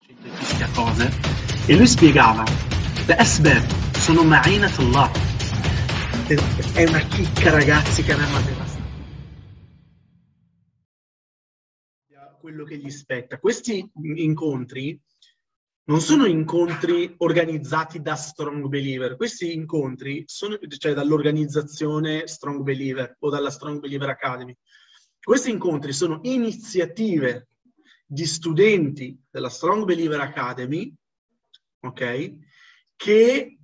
100 cose, e lui spiegava l'asbab sono ma'inat Allah. È una chicca, ragazzi, che a me mi ha devastato. Quello che gli spetta. Questi incontri non sono incontri organizzati da Strong Believer, questi incontri sono, cioè dall'organizzazione Strong Believer o dalla Strong Believer Academy. Questi incontri sono iniziative di studenti della Strong Believer Academy, ok? Che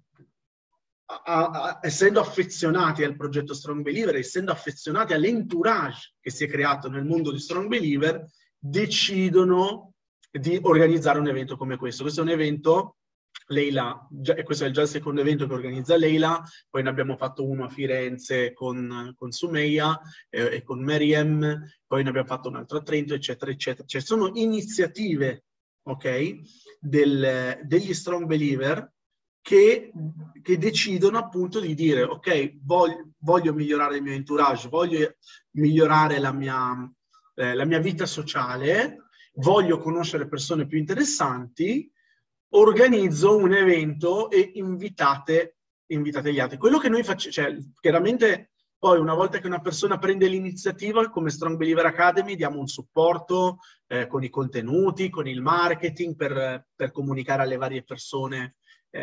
essendo affezionati al progetto Strong Believer, essendo affezionati all'entourage che si è creato nel mondo di Strong Believer, decidono di organizzare un evento come questo. Questo è un evento, Leila, questo è già il secondo evento che organizza Leila, poi ne abbiamo fatto uno a Firenze con Sumeia e con Meriem, poi ne abbiamo fatto un altro a Trento, eccetera, eccetera. Cioè sono iniziative, ok, degli Strong Believer che decidono appunto di dire ok, voglio migliorare il mio entourage, voglio migliorare la mia vita sociale, voglio conoscere persone più interessanti, organizzo un evento e invitate gli altri. Quello che noi facciamo, cioè chiaramente poi una volta che una persona prende l'iniziativa, come Strong Believer Academy diamo un supporto con i contenuti, con il marketing per comunicare alle varie persone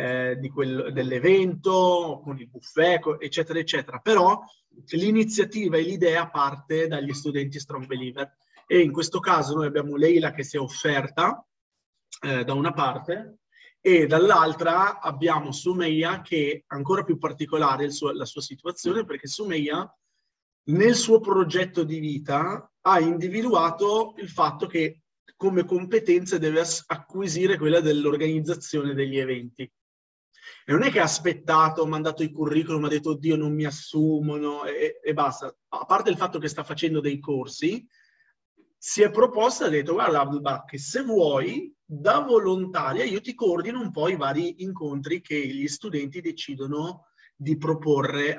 dell'evento, con il buffet, eccetera, eccetera. Però l'iniziativa e l'idea parte dagli studenti Strong Believer. E in questo caso noi abbiamo Leila che si è offerta da una parte e dall'altra abbiamo Sumeia che è ancora più particolare la sua situazione, perché Sumeia nel suo progetto di vita ha individuato il fatto che come competenze deve acquisire quella dell'organizzazione degli eventi. E non è che ha aspettato, ha mandato i curriculum, ha detto oddio non mi assumono e basta. A parte il fatto che sta facendo dei corsi, si è proposta e ha detto guarda Abdelbak, che se vuoi da volontaria io ti coordino un po' i vari incontri che gli studenti decidono di proporre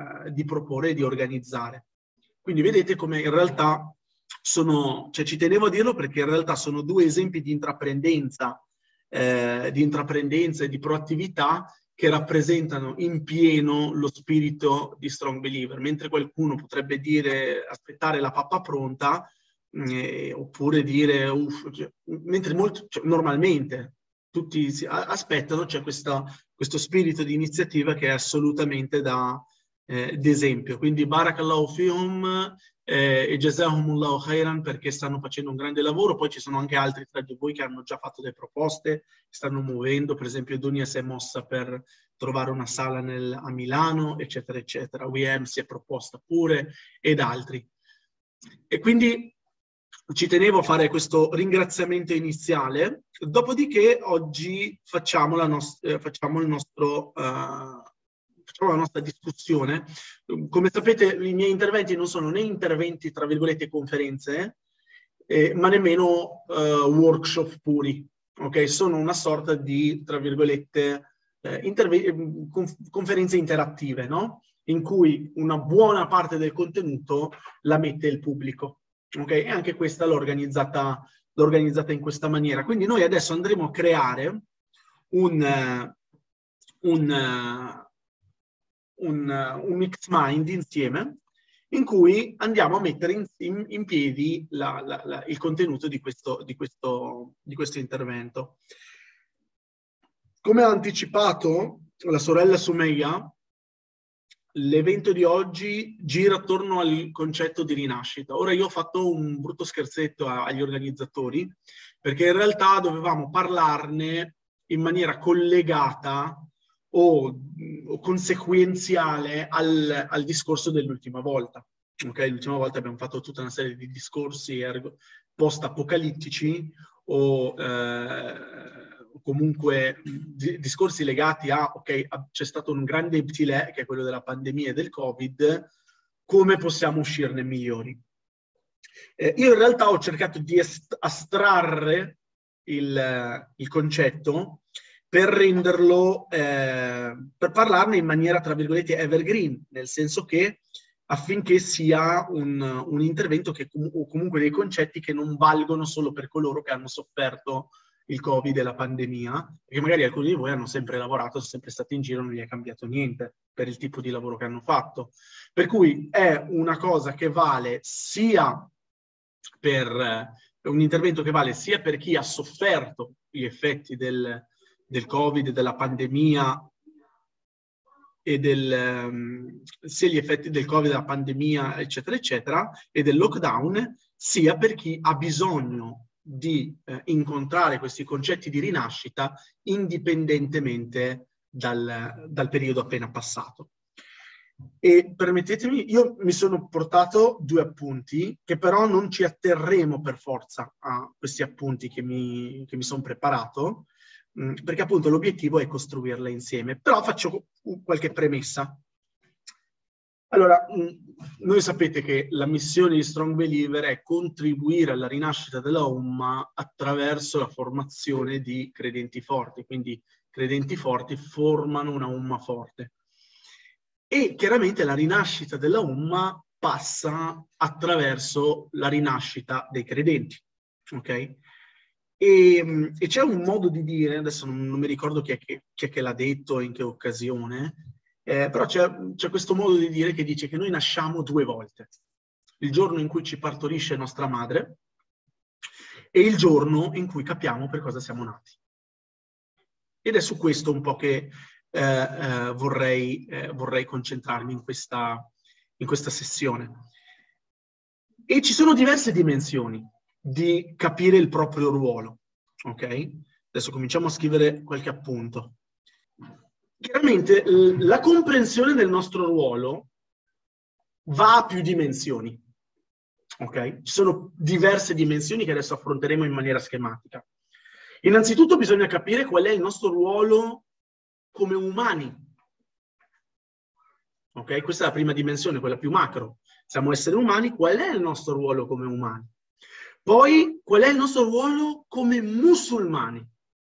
e di organizzare. Quindi vedete come in realtà cioè ci tenevo a dirlo perché in realtà sono due esempi di intraprendenza e di proattività che rappresentano in pieno lo spirito di Strong Believer, mentre qualcuno potrebbe dire aspettare la pappa pronta, oppure dire mentre normalmente tutti aspettano, c'è questo spirito di iniziativa che è assolutamente d'esempio. Quindi barakallahu fihum e jazahumullahu khairan, perché stanno facendo un grande lavoro. Poi ci sono anche altri tra di voi che hanno già fatto delle proposte, stanno muovendo, per esempio Dunia si è mossa per trovare una sala a Milano, eccetera, eccetera. UEM si è proposta pure, ed altri. E quindi ci tenevo a fare questo ringraziamento iniziale, dopodiché oggi facciamo la nostra discussione. Come sapete, i miei interventi non sono né interventi, tra virgolette, conferenze, ma nemmeno workshop puri. Okay? Sono una sorta di, tra virgolette, conferenze interattive, no? In cui una buona parte del contenuto la mette il pubblico. Okay? E anche questa l'ho organizzata in questa maniera. Quindi noi adesso andremo a creare un mixed mind insieme, in cui andiamo a mettere in piedi il contenuto di questo intervento. Come ha anticipato la sorella Sumeia, l'evento di oggi gira attorno al concetto di rinascita. Ora io ho fatto un brutto scherzetto agli organizzatori, perché in realtà dovevamo parlarne in maniera collegata o conseguenziale al discorso dell'ultima volta. Okay? L'ultima volta abbiamo fatto tutta una serie di discorsi post-apocalittici o comunque discorsi legati ok, c'è stato un grande ibtilè, che è quello della pandemia e del Covid, come possiamo uscirne migliori? Io in realtà ho cercato di astrarre il concetto per renderlo, per parlarne in maniera, tra virgolette, evergreen, nel senso che affinché sia un intervento o comunque dei concetti che non valgono solo per coloro che hanno sofferto il Covid e la pandemia, perché magari alcuni di voi hanno sempre lavorato, sono sempre stati in giro, non gli è cambiato niente per il tipo di lavoro che hanno fatto. Per cui è una cosa che vale sia per un intervento che vale sia per chi ha sofferto gli effetti del Covid, della pandemia e sia gli effetti del Covid, della pandemia, eccetera, eccetera, e del lockdown, sia per chi ha bisogno di incontrare questi concetti di rinascita indipendentemente dal periodo appena passato. E permettetemi, io mi sono portato 2 appunti, che però non ci atterremo per forza a questi appunti che mi sono preparato, perché appunto l'obiettivo è costruirla insieme. Però faccio qualche premessa. Allora, noi sapete che la missione di Strong Believer è contribuire alla rinascita della Umma attraverso la formazione di credenti forti, quindi credenti forti formano una Umma forte. E chiaramente la rinascita della Umma passa attraverso la rinascita dei credenti, ok? E c'è un modo di dire, adesso non mi ricordo chi è che l'ha detto e in che occasione, però c'è questo modo di dire che dice che noi nasciamo 2 volte. Il giorno in cui ci partorisce nostra madre e il giorno in cui capiamo per cosa siamo nati. Ed è su questo un po' che vorrei concentrarmi in questa sessione. E ci sono diverse dimensioni di capire il proprio ruolo, ok? Adesso cominciamo a scrivere qualche appunto. Chiaramente la comprensione del nostro ruolo va a più dimensioni, ok? Ci sono diverse dimensioni che adesso affronteremo in maniera schematica. Innanzitutto bisogna capire qual è il nostro ruolo come umani, ok? Questa è la prima dimensione, quella più macro. Siamo esseri umani, qual è il nostro ruolo come umani? Poi, qual è il nostro ruolo come musulmani?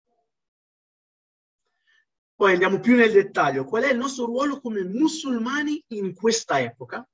Poi andiamo più nel dettaglio. Qual è il nostro ruolo come musulmani in questa epoca?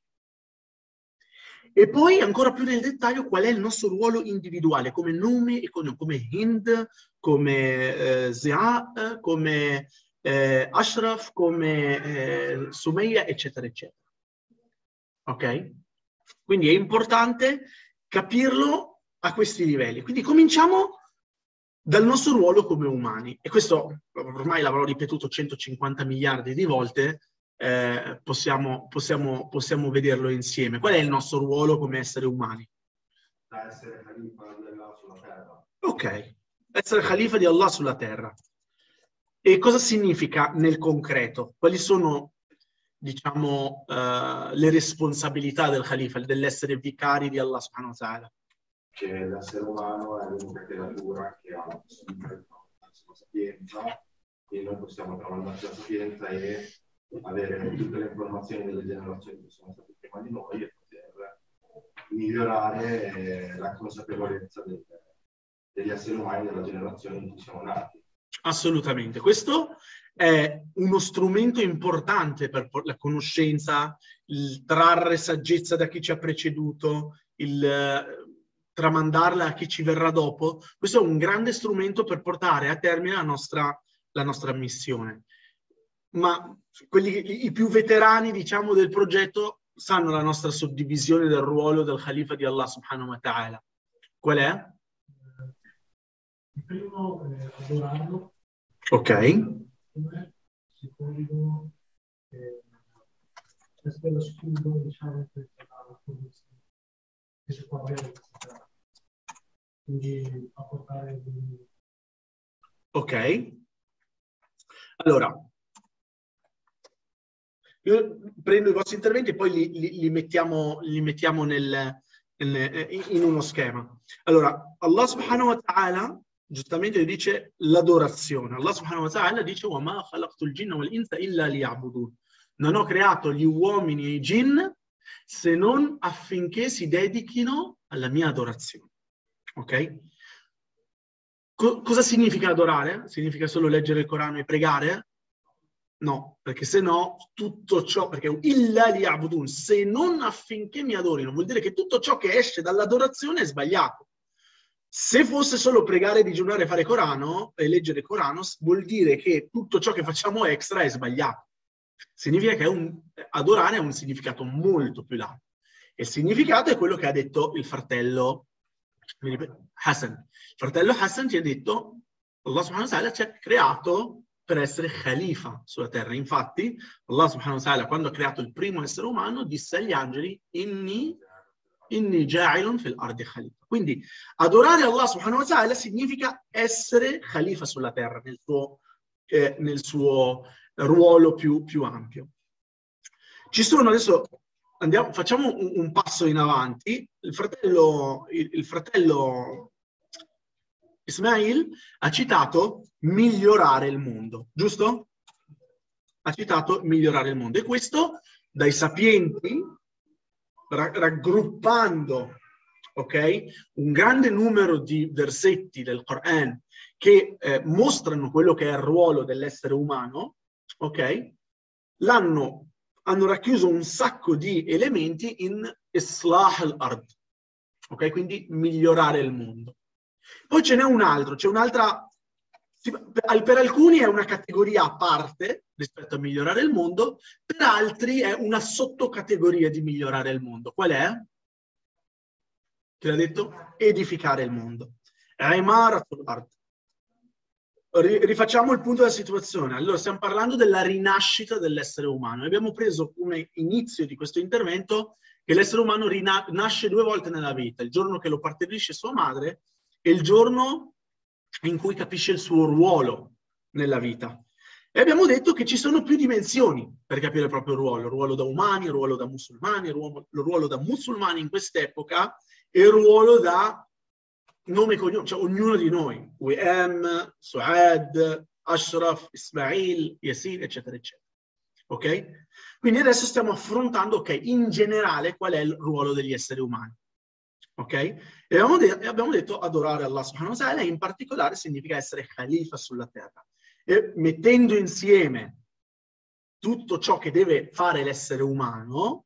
E poi, ancora più nel dettaglio, qual è il nostro ruolo individuale come nome e come Hind, come Ziad, come Ashraf, come Sumeyya, eccetera, eccetera. Ok? Quindi è importante capirlo a questi livelli. Quindi cominciamo dal nostro ruolo come umani. E questo ormai l'avrò ripetuto 150 miliardi di volte, possiamo vederlo insieme. Qual è il nostro ruolo come esseri umani? Da essere Khalifa di Allah sulla terra. Ok, essere Khalifa di Allah sulla terra. E cosa significa nel concreto? Quali sono, diciamo, le responsabilità del Khalifa, dell'essere vicari di Allah subhanahu wa ta'ala? Che l'essere umano è l'unica creatura che ha la massima sapienza e noi possiamo tramandarci la sapienza e avere tutte le informazioni delle generazioni che sono state prima di noi e poter migliorare la consapevolezza degli esseri umani della generazione in cui siamo nati. Assolutamente. Questo è uno strumento importante per la conoscenza, il trarre saggezza da chi ci ha preceduto, il tramandarla a chi ci verrà dopo. Questo è un grande strumento per portare a termine la nostra missione. Ma i più veterani, diciamo, del progetto sanno la nostra suddivisione del ruolo del Khalifa di Allah subhanahu wa ta'ala. Qual è? Il primo è adorarlo. Ok. Secondo, questo è lo scudo, diciamo, per la posizione che si può avere. Quindi apportare. Ok. Allora, io prendo i vostri interventi e poi li mettiamo in uno schema. Allora, Allah subhanahu wa ta'ala giustamente dice l'adorazione. Allah subhanahu wa ta'ala dice وَمَا خَلَقْتُ الْجِنَّ وَالْإِنسَ إِلَّا لِيَعْبُدُونَ. Non ho creato gli uomini e i jinn se non affinché si dedichino alla mia adorazione. Ok? Cosa significa adorare? Significa solo leggere il Corano e pregare? No, perché se no tutto ciò, perché illa liya'budun, se non affinché mi adorino, vuol dire che tutto ciò che esce dall'adorazione è sbagliato. Se fosse solo pregare, digiunare, fare Corano e leggere Corano, vuol dire che tutto ciò che facciamo extra è sbagliato. Significa che adorare ha un significato molto più largo. E il significato è quello che ha detto il fratello Hassan. Il fratello Hassan ti ha detto: Allah subhanahu wa ta'ala ci ha creato per essere khalifa sulla terra. Infatti, Allah subhanahu wa ta'ala, quando ha creato il primo essere umano, disse agli angeli: Inni ja'ilun fil ardi khalifa. Quindi adorare Allah subhanahu wa ta'ala significa essere khalifa sulla terra nel suo ruolo più ampio. Ci sono adesso, facciamo un passo in avanti. Il fratello Ismail ha citato migliorare il mondo, giusto? Ha citato migliorare il mondo. E questo dai sapienti, raggruppando, ok, un grande numero di versetti del Coran che mostrano quello che è il ruolo dell'essere umano, ok, hanno racchiuso un sacco di elementi in Islah al-Ard, ok, quindi migliorare il mondo. Poi ce n'è un altro, c'è un'altra, per alcuni è una categoria a parte rispetto a migliorare il mondo, per altri è una sottocategoria di migliorare il mondo. Qual è? Chi l'ha detto? Edificare il mondo. Imaratul Ard. Rifacciamo il punto della situazione. Allora, stiamo parlando della rinascita dell'essere umano. Abbiamo preso come inizio di questo intervento che l'essere umano nasce 2 volte nella vita: il giorno che lo partorisce sua madre e il giorno in cui capisce il suo ruolo nella vita. E abbiamo detto che ci sono più dimensioni per capire il proprio ruolo: il ruolo da umani, il ruolo da musulmani, il ruolo da musulmani in quest'epoca e il ruolo da nome e cognome, cioè ognuno di noi, Wm, Suad, Ashraf, Ismail, Yasin, eccetera, eccetera. Ok? Quindi adesso stiamo affrontando, ok, in generale qual è il ruolo degli esseri umani. Ok? E abbiamo detto adorare Allah subhanahu wa ta'ala, e in particolare significa essere khalifa sulla terra. E mettendo insieme tutto ciò che deve fare l'essere umano,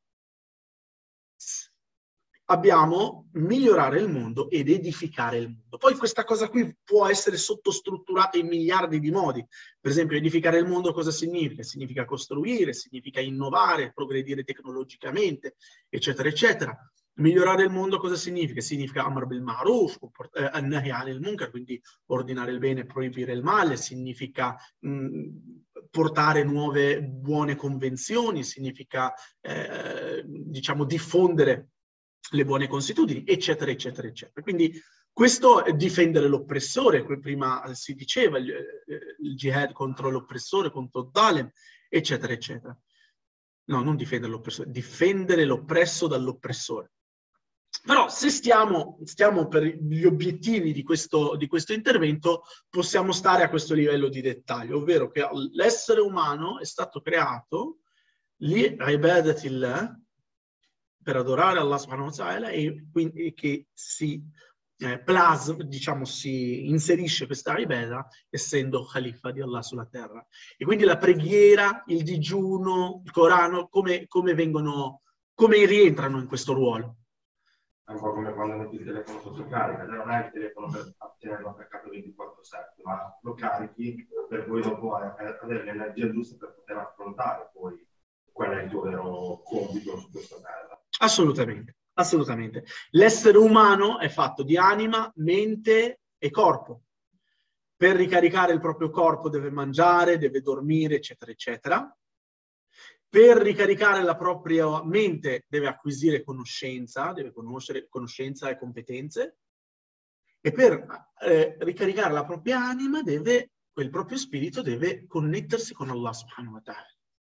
abbiamo migliorare il mondo ed edificare il mondo. Poi questa cosa qui può essere sottostrutturata in miliardi di modi. Per esempio, edificare il mondo cosa significa? Significa costruire, significa innovare, progredire tecnologicamente, eccetera, eccetera. Migliorare il mondo cosa significa? Significa amr bil ma'ruf, nahy 'anil munkar, quindi ordinare il bene e proibire il male, significa portare nuove buone convenzioni, significa diciamo diffondere le buone consuetudini, eccetera, eccetera, eccetera. Quindi questo è difendere l'oppressore, prima si diceva il jihad contro l'oppressore, contro il Dalem, eccetera, eccetera. No, non difendere l'oppressore, difendere l'oppresso dall'oppressore. Però se stiamo per gli obiettivi di questo intervento, possiamo stare a questo livello di dettaglio, ovvero che l'essere umano è stato creato li-ibadatillah, per adorare Allah subhanahu wa ta'ala, e quindi che si diciamo, si inserisce questa ibadah essendo khalifa di Allah sulla terra. E quindi la preghiera, il digiuno, il Corano, come rientrano in questo ruolo? È un po' come quando metti il telefono sotto carica, non hai il telefono per tenerlo attaccato 24/7, ma lo carichi per poi dopo avere l'energia giusta per poter affrontare poi qual è il tuo vero compito su questa terra. Assolutamente, assolutamente. L'essere umano è fatto di anima, mente e corpo. Per ricaricare il proprio corpo deve mangiare, deve dormire, eccetera, eccetera. Per ricaricare la propria mente deve acquisire conoscenza, deve conoscere conoscenza e competenze. E per ricaricare la propria anima il proprio spirito deve connettersi con Allah subhanahu wa ta'ala.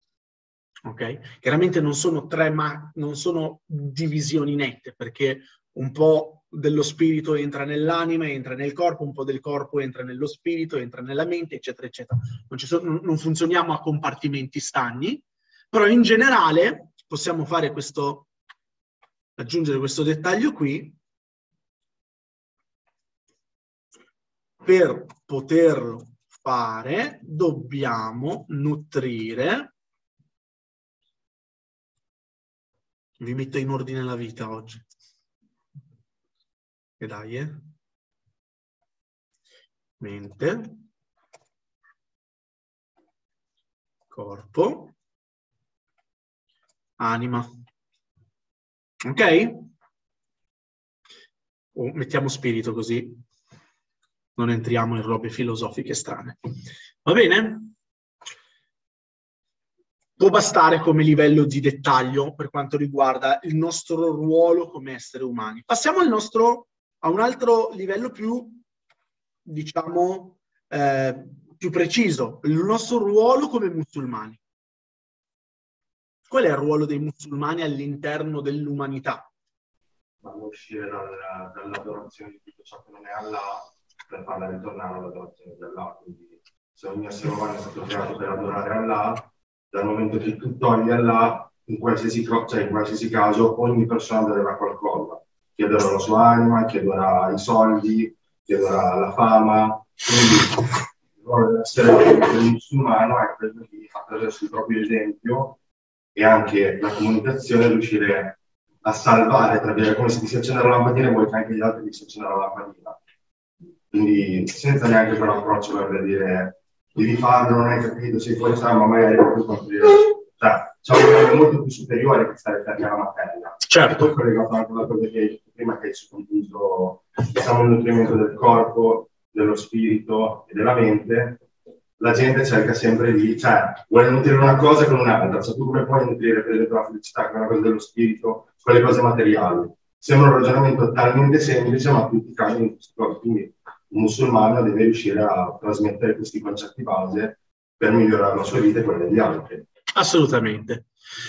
Ok? Chiaramente non sono non sono divisioni nette, perché un po' dello spirito entra nell'anima, entra nel corpo, un po' del corpo entra nello spirito, entra nella mente, eccetera, eccetera. Non funzioniamo a compartimenti stagni, però in generale possiamo fare aggiungere questo dettaglio qui. Per poterlo fare dobbiamo nutrire. Vi metto in ordine la vita oggi. E dai, mente, corpo, anima. Ok? O mettiamo spirito così non entriamo in robe filosofiche strane. Va bene? Può bastare come livello di dettaglio per quanto riguarda il nostro ruolo come esseri umani. Passiamo a un altro livello più, diciamo, più preciso, il nostro ruolo come musulmani. Qual è il ruolo dei musulmani all'interno dell'umanità? Vanno a uscire dall'adorazione di tutto ciò che non è Allah per farla ritornare all'adorazione di Allah. Quindi se ogni essere umano è stato creato per adorare Allah, dal momento che tu togli Allah, in qualsiasi caso, ogni persona adorerà qualcosa. Chi adora la sua anima, chi adora i soldi, chi adora la fama. Quindi il ruolo dell'essere musulmano è quello di, attraverso il proprio esempio e anche la comunicazione, riuscire a salvare, tra virgolette, come se ti si accende la lampadina vuoi che anche gli altri ti si accendano la lampadina. Quindi senza neanche quell'approccio per dire devi farlo, non hai capito, sei fuori strada, ma magari proprio costruire. Cioè, c'è un livello molto più superiore che stare fermi alla materia. Certo. Poi collegato anche alla cosa che hai detto prima, che hai sconfiso, diciamo, il nutrimento del corpo, dello spirito e della mente. La gente cerca sempre di, cioè, vuole nutrire una cosa con un'altra. Cioè, tu come puoi nutrire, per esempio, la felicità con una cosa dello spirito, con le cose materiali? Sembra un ragionamento talmente semplice, ma tutti cambiano in queste cose. Quindi un musulmano deve riuscire a trasmettere questi concetti base per migliorare la sua vita e quella degli altri. Assolutamente.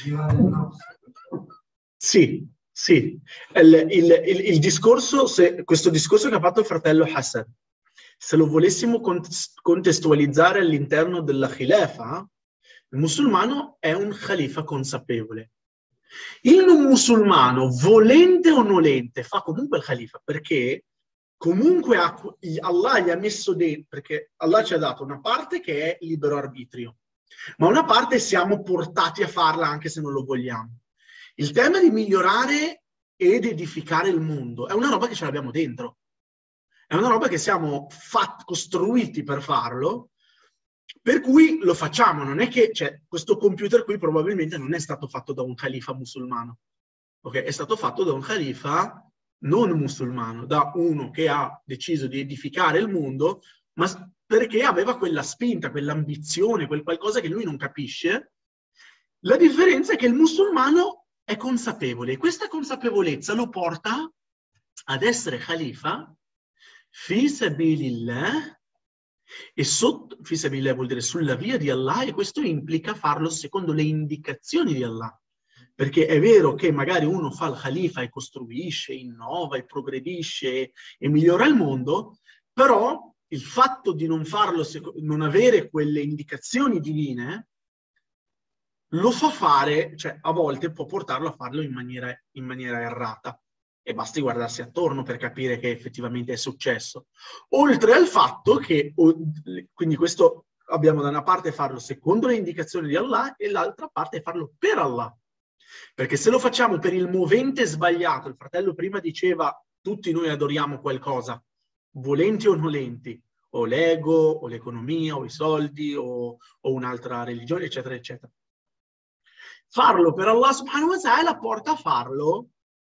Sì, sì. Il discorso, questo discorso che ha fatto il fratello Hassan, se lo volessimo contestualizzare all'interno della khilafa, il musulmano è un khalifa consapevole. Il non musulmano, volente o nolente, fa comunque il khalifa, perché comunque Allah gli ha messo dentro, perché Allah ci ha dato una parte che è libero arbitrio, ma una parte siamo portati a farla anche se non lo vogliamo. Il tema di migliorare ed edificare il mondo è una roba che ce l'abbiamo dentro. È una roba che siamo costruiti per farlo, per cui lo facciamo. Non è che, cioè, questo computer qui probabilmente non è stato fatto da un califa musulmano, ok? È stato fatto da un califa non musulmano, da uno che ha deciso di edificare il mondo, ma perché aveva quella spinta, quell'ambizione, quel qualcosa che lui non capisce. La differenza è che il musulmano è consapevole e questa consapevolezza lo porta ad essere califa fi sabilillah, e fi sabilillah vuol dire sulla via di Allah, e questo implica farlo secondo le indicazioni di Allah. Perché è vero che magari uno fa il khalifa e costruisce, innova e progredisce e migliora il mondo, però il fatto di non farlo, non avere quelle indicazioni divine, lo fa fare, cioè a volte può portarlo a farlo in maniera errata. E basti guardarsi attorno per capire che effettivamente è successo. Oltre al fatto che, quindi questo abbiamo da una parte farlo secondo le indicazioni di Allah e l'altra parte farlo per Allah. Perché se lo facciamo per il movente sbagliato, il fratello prima diceva tutti noi adoriamo qualcosa, volenti o nolenti, o l'ego, o l'economia, o i soldi, o un'altra religione, eccetera, eccetera. Farlo per Allah subhanahu wa ta'ala porta a farlo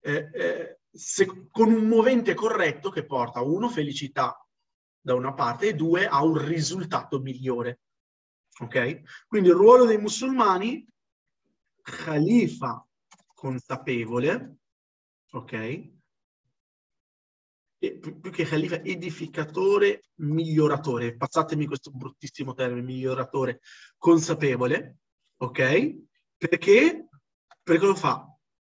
con un movente corretto che porta, uno, felicità da una parte e due, a un risultato migliore. Ok? Quindi il ruolo dei musulmani, khalifa consapevole, ok? E più che khalifa, edificatore, miglioratore. Passatemi questo bruttissimo termine, miglioratore consapevole, ok? Perché? Perché lo fa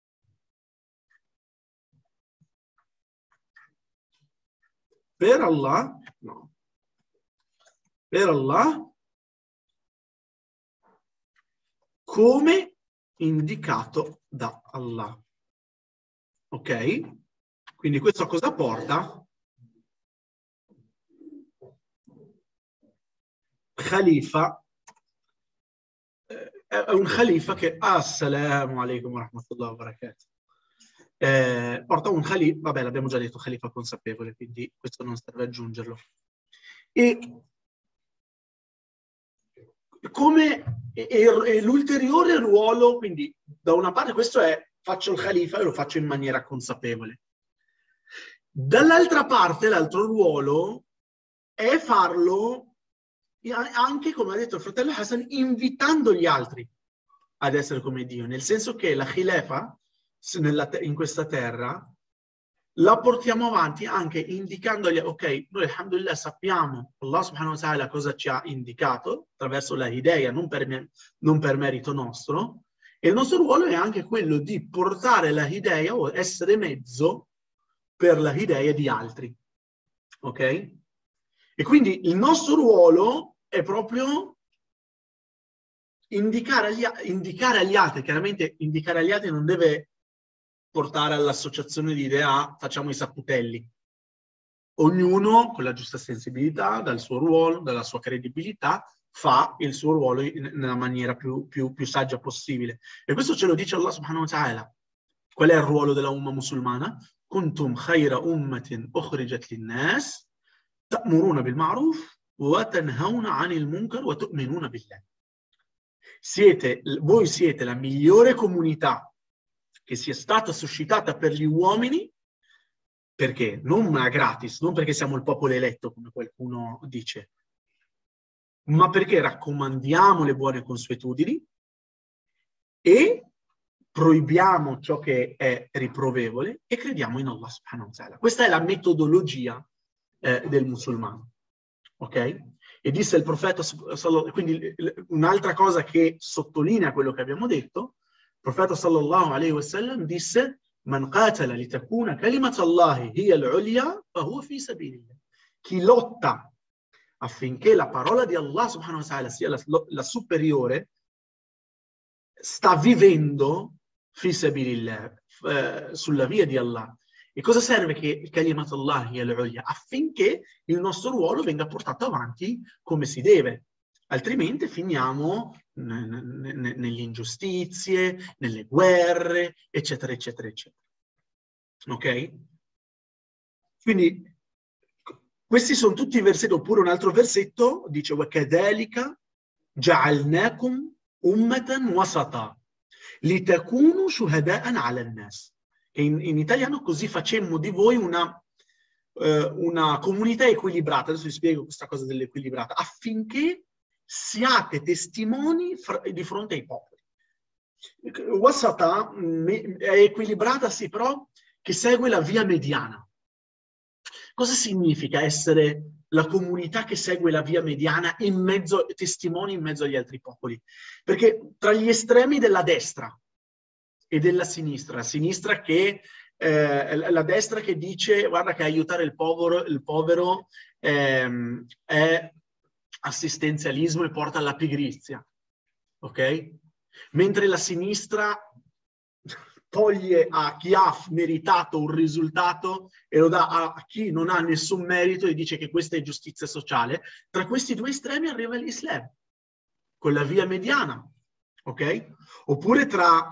per Allah, no, per Allah, come indicato da Allah. Ok? Quindi questo a cosa porta? Khalifa è un khalifa che assalamu alaikum wa rahmatullahi wa barakatuh. Porta un khalifa, vabbè l'abbiamo già detto, khalifa consapevole, quindi questo non serve aggiungerlo. E l'ulteriore ruolo, quindi da una parte questo è faccio il Khalifa e lo faccio in maniera consapevole. Dall'altra parte l'altro ruolo è farlo anche, come ha detto il fratello Hassan, invitando gli altri ad essere come Dio, nel senso che la Khilafa in questa terra la portiamo avanti anche indicandogli, ok, noi alhamdulillah sappiamo Allah subhanahu wa ta'ala cosa ci ha indicato attraverso la hidayah, non per merito nostro, e il nostro ruolo è anche quello di portare la hidayah o essere mezzo per la hidayah di altri, ok? E quindi il nostro ruolo è proprio indicare agli altri. Chiaramente indicare agli altri non deve portare all'associazione di idea, facciamo i saputelli. Ognuno, con la giusta sensibilità, dal suo ruolo, dalla sua credibilità, fa il suo ruolo nella maniera più saggia possibile. E questo ce lo dice Allah subhanahu wa ta'ala. Qual è il ruolo della umma musulmana? Kuntum khayra ummatin ukhrijat linnas ta'muruna bil ma'ruf wa tanhauna 'anil munkar wa tu'minuna billah. Voi siete la migliore comunità che sia stata suscitata per gli uomini, perché? Non a gratis, non perché siamo il popolo eletto, come qualcuno dice, ma perché raccomandiamo le buone consuetudini e proibiamo ciò che è riprovevole e crediamo in Allah subhanahu wa ta'ala. Questa è la metodologia del musulmano. Ok? E disse il profeta, quindi un'altra cosa che sottolinea quello che abbiamo detto, il profeta sallallahu alaihi wasallam disse: "Man qatala li takuna kalimat Allah hiya al-ulya fa huwa fi sabilillah." Chi lotta affinché la parola di Allah subhanahu wa ta'ala sia la superiore, sta vivendo fi sabilillah, sulla via di Allah. E cosa serve che kalimat Allah hiya al-ulya? Affinché il nostro ruolo venga portato avanti come si deve. Altrimenti finiamo nelle ingiustizie, nelle guerre, eccetera, eccetera, eccetera. Ok? Quindi questi sono tutti i versetti, oppure un altro versetto dice وَكَذَلِكَ جَعَلْنَاكُمْ أُمَّةً وَسَطًا لِتَكُونُوا شُهَدَاءً عَلَى النَّاسِ. E in italiano così facemmo di voi una comunità equilibrata. Adesso vi spiego questa cosa dell'equilibrata, affinché siate testimoni di fronte ai popoli. Wasata è equilibrata, sì, però che segue la via mediana. Cosa significa essere la comunità che segue la via mediana in mezzo, testimoni in mezzo agli altri popoli? Perché tra gli estremi della destra e della sinistra, la sinistra che la destra che dice guarda che aiutare il povero è assistenzialismo e porta alla pigrizia, ok? Mentre la sinistra toglie a chi ha meritato un risultato e lo dà a chi non ha nessun merito e dice che questa è giustizia sociale. Tra questi due estremi arriva l'Islam, con la via mediana, ok? Oppure tra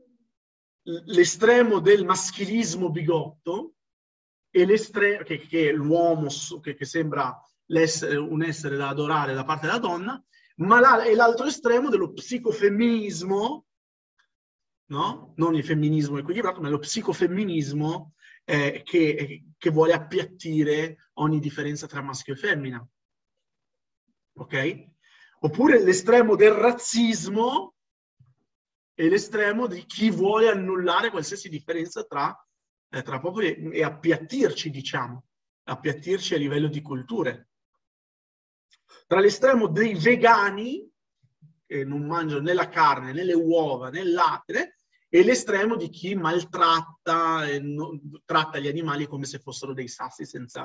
l'estremo del maschilismo bigotto e l'estremo che l'uomo che sembra un essere da adorare da parte della donna, ma è l'altro estremo dello psicofemminismo, no? Non il femminismo equilibrato, ma lo psicofemminismo che vuole appiattire ogni differenza tra maschio e femmina. Ok? Oppure l'estremo del razzismo e l'estremo di chi vuole annullare qualsiasi differenza tra popoli e appiattirci, diciamo, appiattirci a livello di culture. Tra l'estremo dei vegani, che non mangiano né la carne, né le uova, né il latte, e l'estremo di chi maltratta e tratta gli animali come se fossero dei sassi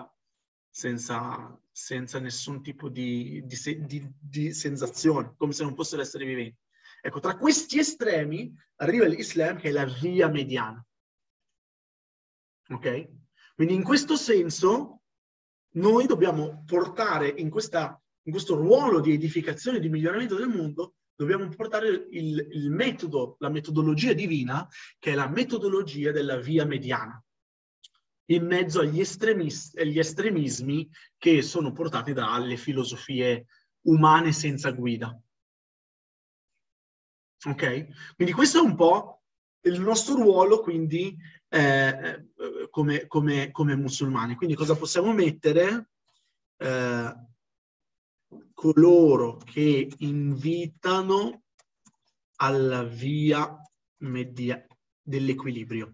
senza nessun tipo di sensazione, come se non fossero esseri viventi. Ecco, tra questi estremi arriva l'Islam, che è la via mediana. Ok? Quindi in questo senso noi dobbiamo portare in questo ruolo di edificazione e di miglioramento del mondo, dobbiamo portare il metodo, la metodologia divina, che è la metodologia della via mediana. in mezzo agli estremismi che sono portati dalle filosofie umane senza guida. Ok? Quindi questo è un po' il nostro ruolo, quindi, come musulmani. Quindi cosa possiamo mettere? Coloro che invitano alla via dell'equilibrio.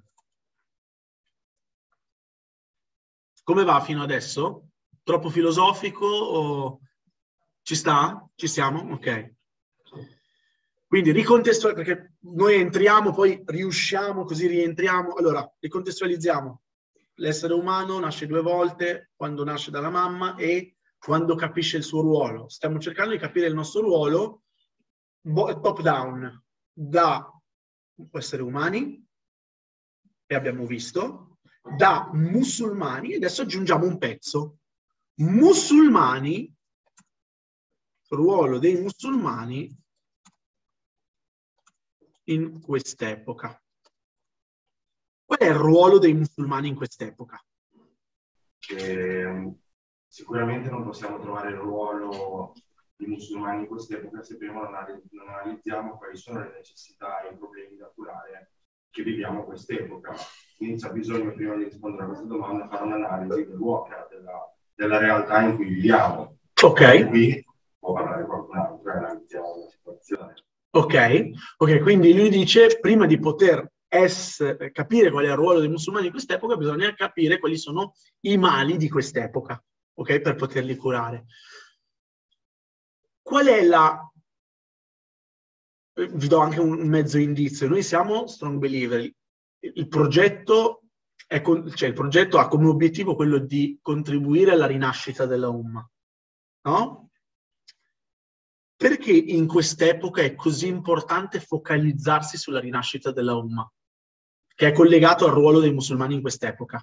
Come va fino adesso? Troppo filosofico o ci sta? Ci siamo? Ok. Quindi perché noi entriamo, poi riusciamo, così rientriamo. Allora, ricontestualizziamo. L'essere umano nasce 2 volte, quando nasce dalla mamma e quando capisce il suo ruolo. Stiamo cercando di capire il nostro ruolo top down, da esseri umani, e abbiamo visto, da musulmani, e adesso aggiungiamo un pezzo. Musulmani, ruolo dei musulmani in quest'epoca. Qual è il ruolo dei musulmani in quest'epoca? Sicuramente non possiamo trovare il ruolo dei musulmani in quest'epoca se prima non analizziamo quali sono le necessità e i problemi da curare che viviamo in quest'epoca. Quindi c'è bisogno, prima di rispondere a questa domanda, fare un'analisi della realtà in cui viviamo. Ok. E qui può parlare qualcun altro e analizziamo la situazione. Ok, quindi lui dice, prima di poter capire qual è il ruolo dei musulmani in quest'epoca, bisogna capire quali sono i mali di quest'epoca, ok? Per poterli curare. Qual è vi do anche un mezzo indizio. Noi siamo Strong Believer. Il progetto ha come obiettivo quello di contribuire alla rinascita della Ummah, no? Perché in quest'epoca è così importante focalizzarsi sulla rinascita della Ummah, che è collegato al ruolo dei musulmani in quest'epoca?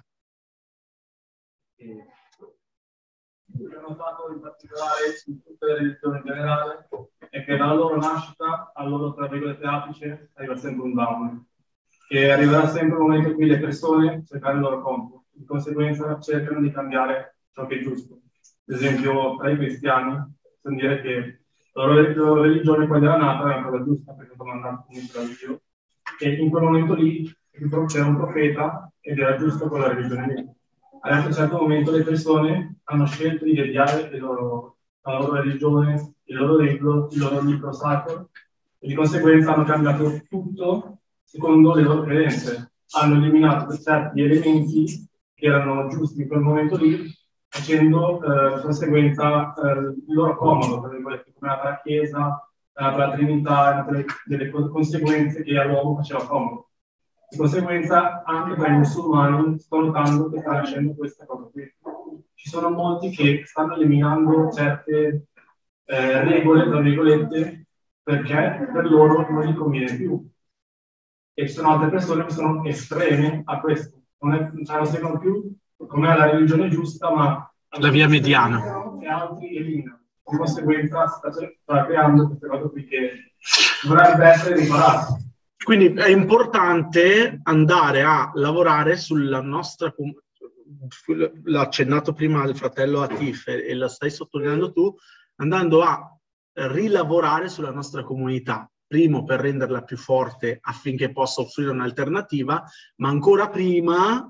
Ho notato in particolare su tutte le religioni in generale è che dalla loro nascita al loro, tra virgolette, apice arriva sempre un down, che arriverà sempre un momento in cui le persone cercano il loro compito, di conseguenza cercano di cambiare ciò che è giusto. Ad esempio, tra i cristiani, possiamo dire che la loro religione quando era nata era quella giusta, perché comandata comunque da Dio, e in quel momento lì c'era un profeta ed era giusto quella religione lì. A un certo momento le persone hanno scelto di deviare la loro religione, il loro libro sacro, e di conseguenza hanno cambiato tutto secondo le loro credenze. Hanno eliminato certi elementi che erano giusti in quel momento lì, facendo di conseguenza il loro comodo, come è nata la Chiesa, è nata la Trinità, delle conseguenze che all'uomo faceva comodo. Di conseguenza anche per i musulmani sto notando che sta nascendo questa cosa qui. Ci sono molti che stanno eliminando certe regole, tra virgolette, perché per loro non gli conviene più. E ci sono altre persone che sono estreme a questo. Non seguono più come la religione giusta, ma la via mediana. E altri eliminano. Di conseguenza sta creando queste cose qui che dovrebbe essere riparate. Quindi è importante andare a lavorare sulla nostra, l'ha accennato prima il fratello Atif e la stai sottolineando tu, andando a rilavorare sulla nostra comunità, primo per renderla più forte affinché possa offrire un'alternativa, ma ancora prima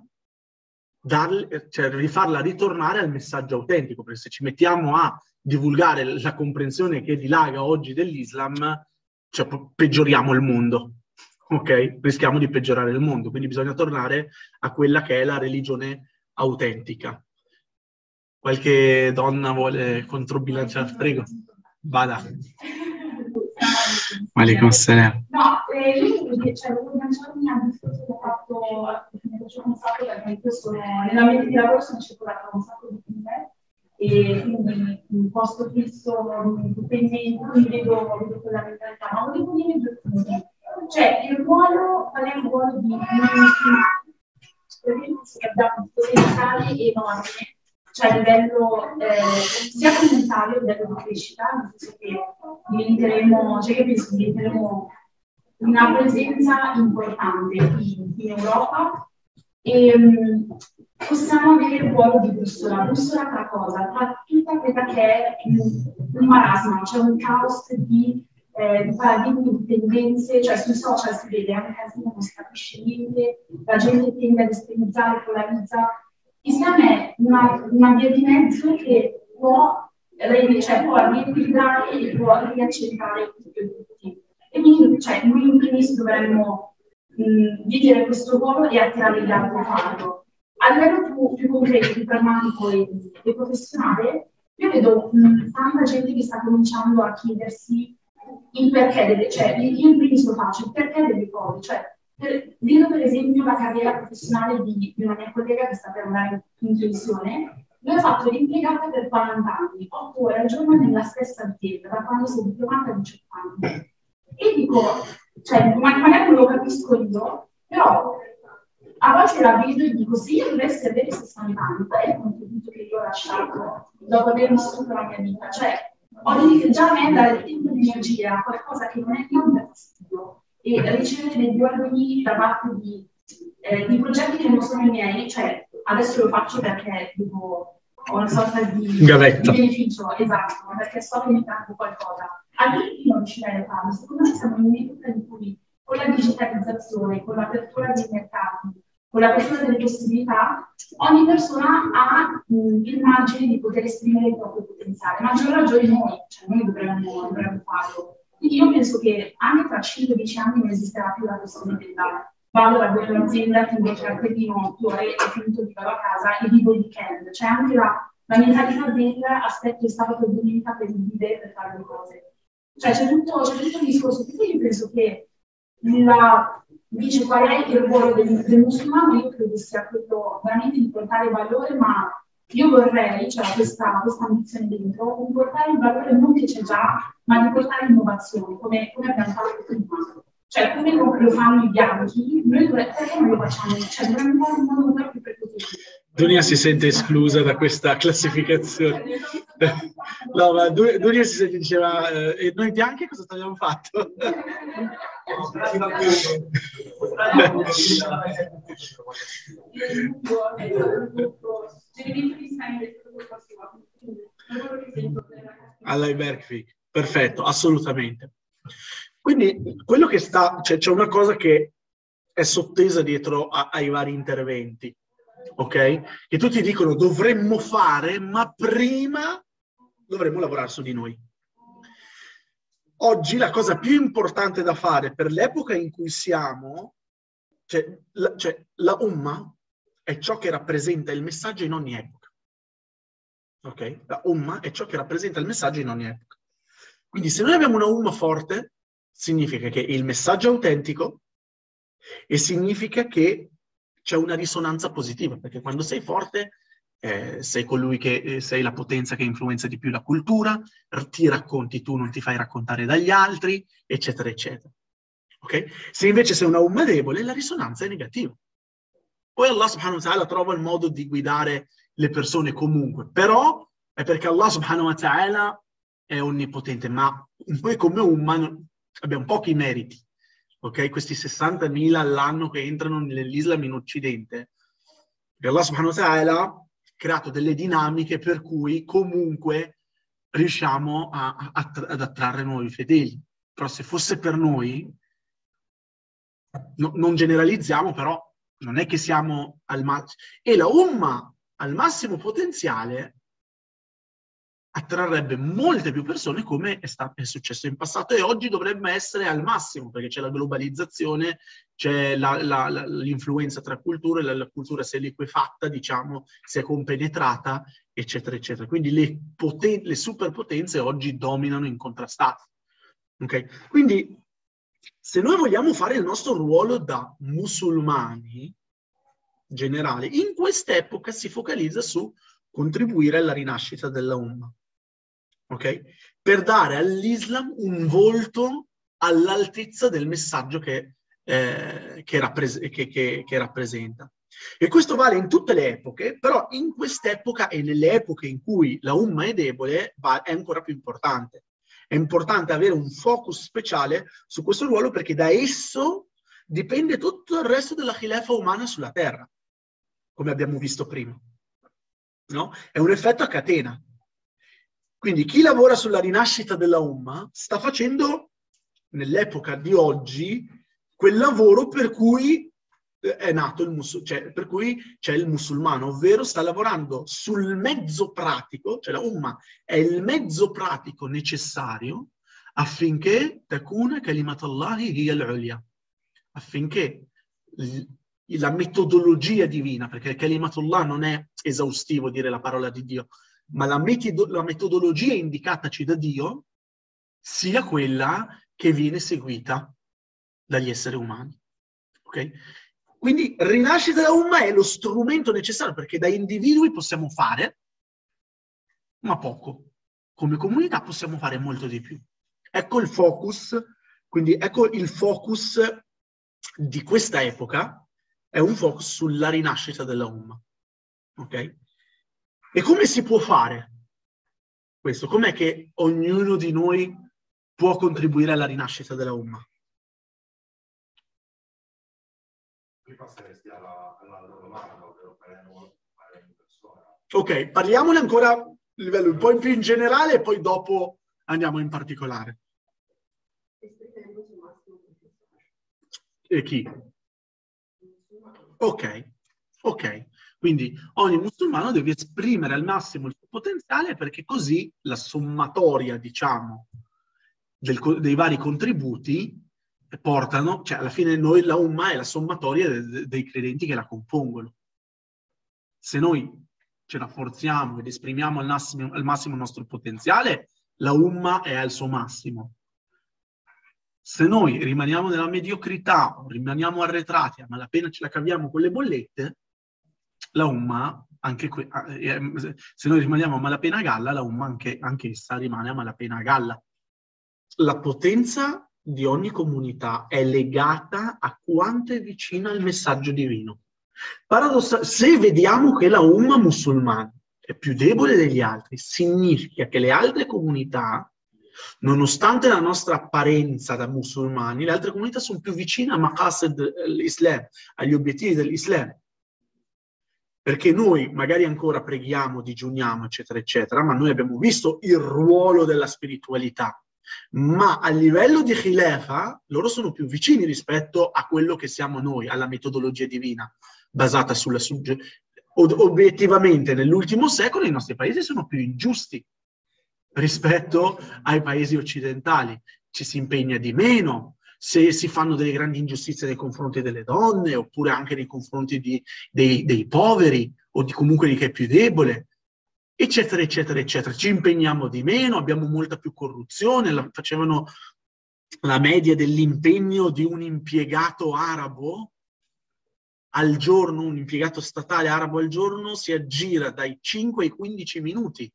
rifarla ritornare al messaggio autentico, perché se ci mettiamo a divulgare la comprensione che dilaga oggi dell'Islam, cioè peggioriamo il mondo. Ok? Rischiamo di peggiorare il mondo, quindi bisogna tornare a quella che è la religione autentica. Qualche donna vuole controbilanciare? Prego, vada. Alaikum salam. No, io volevo lanciare una discussione che ho fatto, mi piace un sacco perché io sono, nell'ambiente di lavoro sono circolata un sacco di film e quindi un posto fisso, dipendente, quindi vedo quella mentalità, ma volevo dire due punti. Cioè, il ruolo, qual è il ruolo di occidentali e norme, cioè a livello sia comunitario, a livello di crescita, nel senso che diventeremo, cioè che penso diventeremo una presenza importante in Europa Possiamo avere il ruolo di bussola tra cosa? Tra tutta quella che è un marasma, cioè un caos di paradigmi, di tendenze, cioè sui social si vede anche casino, non si capisce niente, la gente tende ad estremizzare, polarizza. Islam è una via di mezzo che può riequilibrare e può riaccettare tutti e tutti. E quindi noi in primis dovremmo vivere questo ruolo e attirare gli altri a farlo. A livello più concreto, più pragmatico e professionale, io vedo tanta gente che sta cominciando a chiedersi il perché delle, cioè io in primis lo faccio, il perché delle cose, cioè vedo per esempio la carriera professionale di una mia collega che sta per andare in pensione. Lui ha fatto l'impiegata per 40 anni, 8 ore al giorno nella stessa azienda, da quando si è diplomata a 18 anni. E dico, cioè, magari non lo capisco io, però a volte la vedo e dico, se io dovessi avere 60 anni, qual è il contributo che io ho lasciato dopo aver vissuto la mia vita? Cioè, ho detto già a me dare tempo di energia a qualcosa che non è mio da fastidio e ricevere degli ordini da parte di progetti che non sono i miei, cioè adesso lo faccio perché tipo, ho una sorta di beneficio, esatto, perché so che mi trago qualcosa. Altrimenti non riuscirei a farlo. Secondo me siamo in un'epoca in cui con la digitalizzazione, con l'apertura dei mercati, con l'apertura delle possibilità, ogni persona ha il margine di poter esprimere il proprio potenziale. Maggior ragione noi, cioè noi dovremmo farlo. Quindi io penso che anche tra 5-10 anni non esisterà più la questione della vado a lavorare in un'azienda che invece a credino 8 ore e finito di vado a casa e vivo il weekend. C'è anche la mentalità del aspetto il sabato e domenica per vivere, per fare le cose. Cioè c'è tutto il discorso. Quindi io penso che dice qual è il ruolo del musulmano, io credo sia quello veramente di portare valore, ma io vorrei, cioè questa ambizione dentro, di portare il valore non che c'è già, ma di portare innovazione, come abbiamo fatto prima. Cioè, come lo fanno i bianchi, noi perché non lo facciamo? Cioè, dovremmo fare un modo più percutivo. Dunia si sente esclusa da questa classificazione. No, ma Dunia si sente, diceva, e noi bianchi cosa abbiamo fatto? Alla Berkvik, perfetto, assolutamente. Quindi quello che c'è una cosa che è sottesa dietro ai vari interventi, ok? Che tutti dicono dovremmo fare, ma prima dovremmo lavorare su di noi. Oggi la cosa più importante da fare per l'epoca in cui siamo, la Ummah è ciò che rappresenta il messaggio in ogni epoca. Ok? La Ummah è ciò che rappresenta il messaggio in ogni epoca. Quindi se noi abbiamo una Ummah forte, significa che il messaggio è autentico e significa che c'è una risonanza positiva, perché quando sei forte sei colui che sei la potenza che influenza di più la cultura, ti racconti tu, non ti fai raccontare dagli altri, eccetera, eccetera. Okay? Se invece sei una Ummah debole, la risonanza è negativa. Poi Allah subhanahu wa ta'ala trova il modo di guidare le persone comunque, però è perché Allah subhanahu wa ta'ala è onnipotente, ma noi come Ummah abbiamo pochi meriti, ok? Questi 60.000 all'anno che entrano nell'Islam in Occidente, perché Allah subhanahu wa ta'ala ha creato delle dinamiche per cui comunque riusciamo ad attrarre nuovi fedeli. Però se fosse per noi, non generalizziamo, però non è che siamo al massimo. E la Ummah al massimo potenziale attrarrebbe molte più persone come è successo in passato e oggi dovrebbe essere al massimo perché c'è la globalizzazione, c'è l'influenza tra culture, la cultura si è liquefatta, diciamo, si è compenetrata, eccetera, eccetera. Quindi le superpotenze oggi dominano incontrastate. Okay? Quindi se noi vogliamo fare il nostro ruolo da musulmani generale, in quest'epoca si focalizza su contribuire alla rinascita della Ummah. Okay? Per dare all'Islam un volto all'altezza del messaggio che rappresenta. E questo vale in tutte le epoche, però in quest'epoca e nelle epoche in cui la Ummah è debole è ancora più importante. È importante avere un focus speciale su questo ruolo perché da esso dipende tutto il resto della khilafa umana sulla terra. come abbiamo visto prima. No? È un effetto a catena. Quindi chi lavora sulla rinascita della Umma sta facendo, nell'epoca di oggi, quel lavoro per cui è nato il cioè per cui c'è il musulmano, ovvero sta lavorando sul mezzo pratico, cioè la Umma è il mezzo pratico necessario affinché takuna kalimatullahi hiya al-ulya, affinché la metodologia divina, perché kalimatullah non è esaustivo dire la parola di Dio, ma la metodologia indicataci da Dio sia quella che viene seguita dagli esseri umani. Ok? Quindi rinascita da Umma è lo strumento necessario, perché da individui possiamo fare, ma poco. Come comunità possiamo fare molto di più. Ecco il focus, quindi ecco il focus di questa epoca, è un focus sulla rinascita della Umma. Ok? E come si può fare questo? Com'è che ognuno di noi può contribuire alla rinascita della Umma? Qui passeresti all'altra domanda, ovvero fare in persona. Ok, parliamone ancora a livello un po' più in generale e poi dopo andiamo in particolare. E chi? Ok, ok. Quindi ogni musulmano deve esprimere al massimo il suo potenziale, perché così la sommatoria, diciamo, dei vari contributi portano, cioè alla fine noi, la Umma è la sommatoria dei credenti che la compongono. Se noi ce la forziamo ed esprimiamo al massimo il nostro potenziale, la Umma è al suo massimo. Se noi rimaniamo nella mediocrità o rimaniamo arretrati, a malapena ce la caviamo con le bollette, la Umma, se noi rimaniamo a malapena a galla, la Umma anche essa rimane a malapena a galla. La potenza di ogni comunità è legata a quanto è vicina al messaggio divino. Se vediamo che la Umma musulmana è più debole degli altri, significa che le altre comunità, nonostante la nostra apparenza da musulmani, le altre comunità sono più vicine a maqasid l'Islam, agli obiettivi dell'Islam. Perché noi magari ancora preghiamo, digiuniamo, eccetera, eccetera, ma noi abbiamo visto il ruolo della spiritualità. Ma a livello di khilafa, loro sono più vicini rispetto a quello che siamo noi, alla metodologia divina, basata sulla obiettivamente, nell'ultimo secolo i nostri paesi sono più ingiusti rispetto ai paesi occidentali. Ci si impegna di meno, se si fanno delle grandi ingiustizie nei confronti delle donne, oppure anche nei confronti dei poveri, o comunque di chi è più debole, eccetera, eccetera, eccetera. Ci impegniamo di meno, abbiamo molta più corruzione. Facevano la media dell'impegno di un impiegato arabo al giorno, un impiegato statale arabo al giorno si aggira dai 5 ai 15 minuti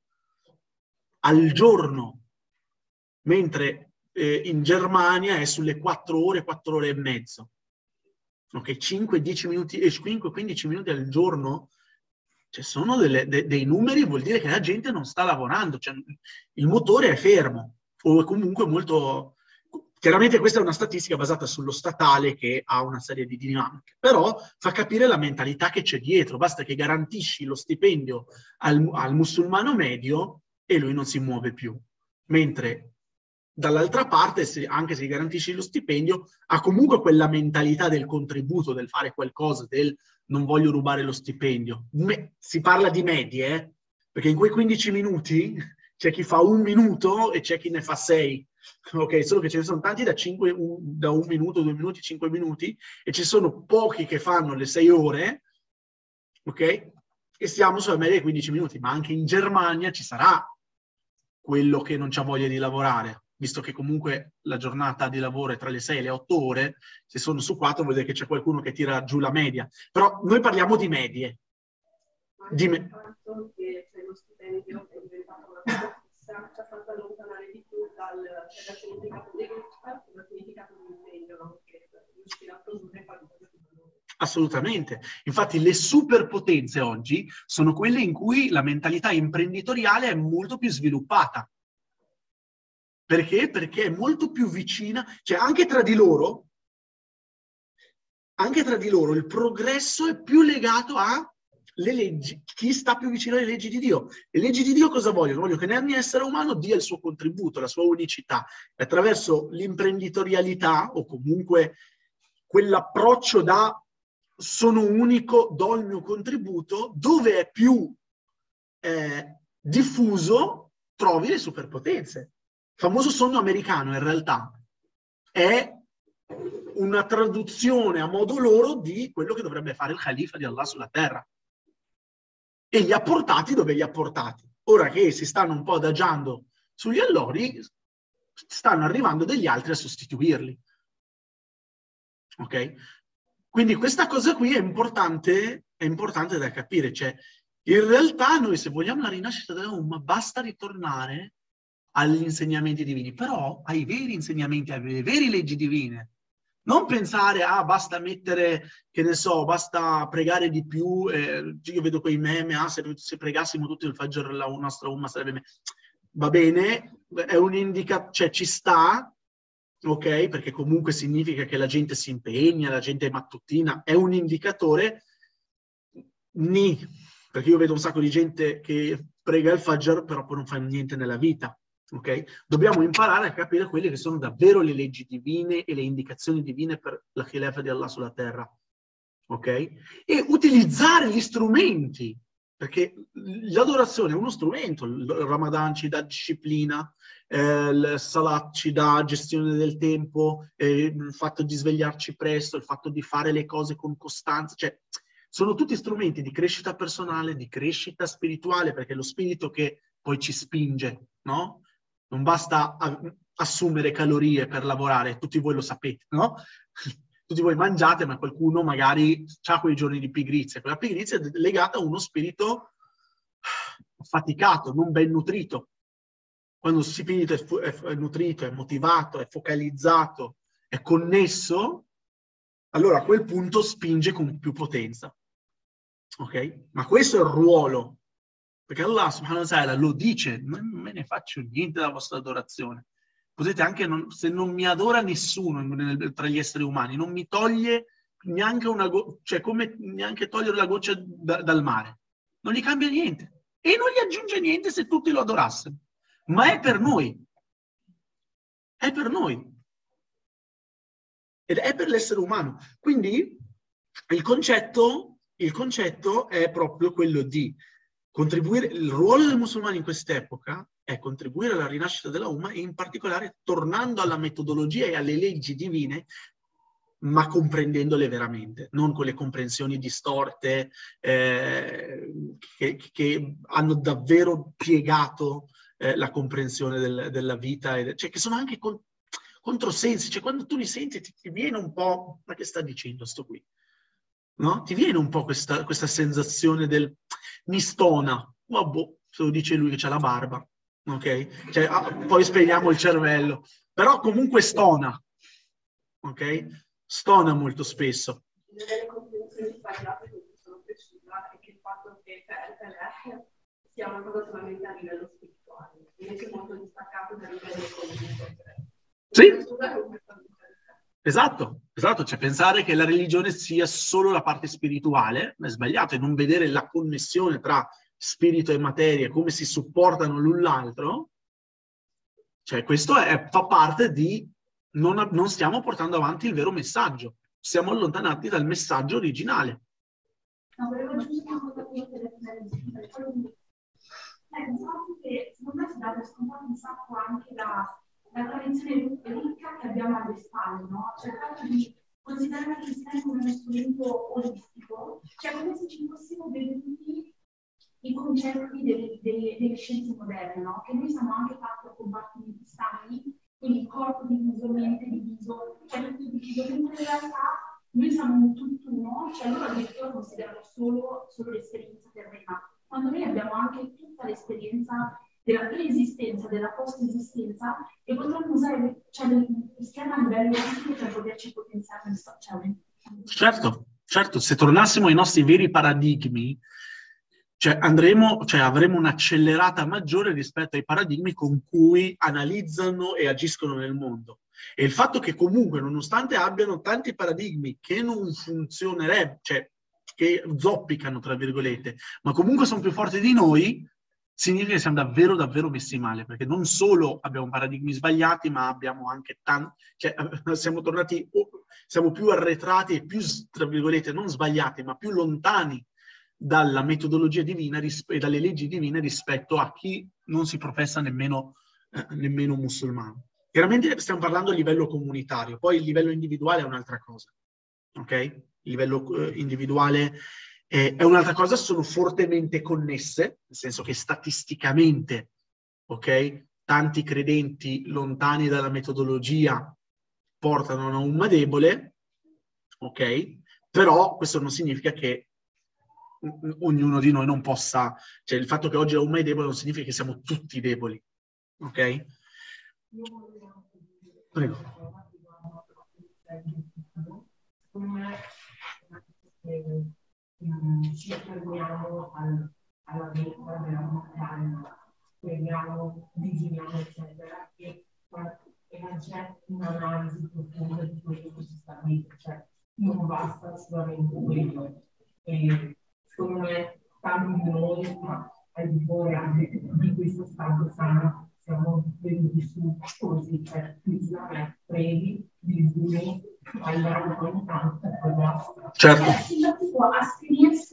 al giorno, mentre in Germania è sulle 4 ore, 4 ore e mezzo. Ok, 5-10 minuti, 5-15 minuti al giorno, cioè sono dei numeri, vuol dire che la gente non sta lavorando, cioè il motore è fermo, o è comunque molto... Chiaramente questa è una statistica basata sullo statale che ha una serie di dinamiche, però fa capire la mentalità che c'è dietro. Basta che garantisci lo stipendio al musulmano medio e lui non si muove più. Mentre dall'altra parte, anche se garantisci lo stipendio, ha comunque quella mentalità del contributo, del fare qualcosa, del non voglio rubare lo stipendio. Si parla di medie, perché in quei 15 minuti c'è chi fa 1 minuto e c'è chi ne fa 6. Ok, solo che ce ne sono tanti da 1 minuto, 2 minuti, 5 minuti, e ci sono pochi che fanno le 6 ore, ok? E stiamo sulla media dei 15 minuti, ma anche in Germania ci sarà quello che non c'ha voglia di lavorare, visto che comunque la giornata di lavoro è tra le 6 e le 8 ore, se sono su 4 vuol dire che c'è qualcuno che tira giù la media. Però noi parliamo di medie. Di il fatto che lo stipendio è diventato una cosa fissa, ci ha fatto allontanare di più dal significato di vita, dal significato di impegno, no? Che riuscire a produrre qualcosa di valore. Assolutamente. Infatti le superpotenze oggi sono quelle in cui la mentalità imprenditoriale è molto più sviluppata. Perché? Perché è molto più vicina, cioè anche tra di loro il progresso è più legato a le leggi, chi sta più vicino alle leggi di Dio. Le leggi di Dio cosa vogliono? Vogliono che ogni essere umano dia il suo contributo, la sua unicità, e attraverso l'imprenditorialità o comunque quell'approccio da sono unico, do il mio contributo, dove è più diffuso trovi le superpotenze. Il famoso sogno americano in realtà è una traduzione a modo loro di quello che dovrebbe fare il califa di Allah sulla terra. E li ha portati dove li ha portati. Ora che si stanno un po' adagiando sugli allori, stanno arrivando degli altri a sostituirli. Ok? Quindi questa cosa qui è importante da capire. Cioè, in realtà noi, se vogliamo la rinascita della Ummah, basta ritornare agli insegnamenti divini, però ai veri insegnamenti, alle vere leggi divine. Non pensare, basta mettere, che ne so, basta pregare di più. Io vedo quei meme, se pregassimo tutto il Fajr, la nostra Ummah sarebbe... Va bene, è cioè ci sta, ok? Perché comunque significa che la gente si impegna, la gente è mattutina, è un indicatore. Perché io vedo un sacco di gente che prega il Fajr, però poi non fa niente nella vita. Okay? Dobbiamo imparare a capire quelle che sono davvero le leggi divine e le indicazioni divine per la Khilafa di Allah sulla terra. Okay? E utilizzare gli strumenti, perché l'adorazione è uno strumento. Il Ramadan ci dà disciplina, il Salat ci dà gestione del tempo, il fatto di svegliarci presto, il fatto di fare le cose con costanza. Cioè, sono tutti strumenti di crescita personale, di crescita spirituale, perché è lo spirito che poi ci spinge, no? Non basta assumere calorie per lavorare, tutti voi lo sapete, no? Tutti voi mangiate, ma qualcuno magari ha quei giorni di pigrizia. Quella pigrizia è legata a uno spirito affaticato, non ben nutrito. Quando lo spirito è nutrito, è motivato, è focalizzato, è connesso, allora a quel punto spinge con più potenza. Ok? Ma questo è il ruolo. Perché Allah subhanahu wa ta'ala lo dice, non me ne faccio niente della vostra adorazione. Potete anche, se non mi adora nessuno tra gli esseri umani, non mi toglie neanche una goccia, cioè come neanche togliere la goccia dal mare. Non gli cambia niente. E non gli aggiunge niente se tutti lo adorassero. Ma è per noi. È per noi. Ed è per l'essere umano. Quindi il concetto è proprio quello di contribuire. Il ruolo dei musulmani in quest'epoca è contribuire alla rinascita della Ummah, e in particolare tornando alla metodologia e alle leggi divine, ma comprendendole veramente, non con le comprensioni distorte che hanno davvero piegato la comprensione della vita, cioè che sono anche controsensi. Cioè, quando tu li senti ti viene un po', ma che sta dicendo sto qui? No? Ti viene un po' questa sensazione del mi stona, vabbè, se lo dice lui che c'ha la barba, ok? Cioè, poi spegniamo il cervello, però comunque stona, ok? Stona molto spesso. Nelle comprensioni sbagliate che sono cresciuta è che il fatto che sia una cosa solamente a livello spirituale, invece molto distaccato dal livello economico. Sì. Esatto, cioè pensare che la religione sia solo la parte spirituale è sbagliato, e non vedere la connessione tra spirito e materia, come si supportano l'un l'altro, cioè questo fa parte di non stiamo portando avanti il vero messaggio, siamo allontanati dal messaggio originale. No, volevo aggiungere una cosa che secondo me si dà per scontato un sacco anche la tradizione ricca che abbiamo alle spalle, no? Cioè il fatto di considerare il cristianesimo come uno strumento olistico, cioè come se ci fossimo bevuti i concetti delle scienze moderne, no? Che noi siamo anche fatti a compartimenti stagni, quindi il corpo diviso, mente diviso, cioè tutto diviso, mentre in realtà noi siamo un tutt'uno, cioè loro addirittura considerano solo l'esperienza terrena, quando noi abbiamo anche tutta l'esperienza della preesistenza, della post-esistenza, e potremmo usare il schema a livello fisico per poterci potenziare Certo, se tornassimo ai nostri veri paradigmi, avremo un'accelerata maggiore rispetto ai paradigmi con cui analizzano e agiscono nel mondo. E il fatto che comunque, nonostante abbiano tanti paradigmi che non funzionerebbero, cioè che zoppicano, tra virgolette, ma comunque sono più forti di noi, significa che siamo davvero, davvero messi male, perché non solo abbiamo paradigmi sbagliati, ma abbiamo anche cioè siamo tornati, siamo più arretrati e più, tra virgolette, non sbagliati, ma più lontani dalla metodologia divina e dalle leggi divine rispetto a chi non si professa nemmeno musulmano. Chiaramente stiamo parlando a livello comunitario, poi il livello individuale è un'altra cosa, ok? Il livello individuale è un'altra cosa, sono fortemente connesse, nel senso che statisticamente, ok, tanti credenti lontani dalla metodologia portano a una umma debole, ok? Però questo non significa che ognuno di noi non possa, cioè il fatto che oggi la umma è debole non significa che siamo tutti deboli, ok? Prego. Ci fermiamo alla vita della montagna, speriamo, vigiliamo, eccetera, e non c'è un'analisi profonda di quello che si sta dentro, cioè non basta solamente quello. E secondo me, tanti di noi, ma al di fuori anche di questo stato sano, siamo venuti su così, cioè fisicamente brevi, digiuni, allora ogni tanto e poi basta. Certo. A scriversi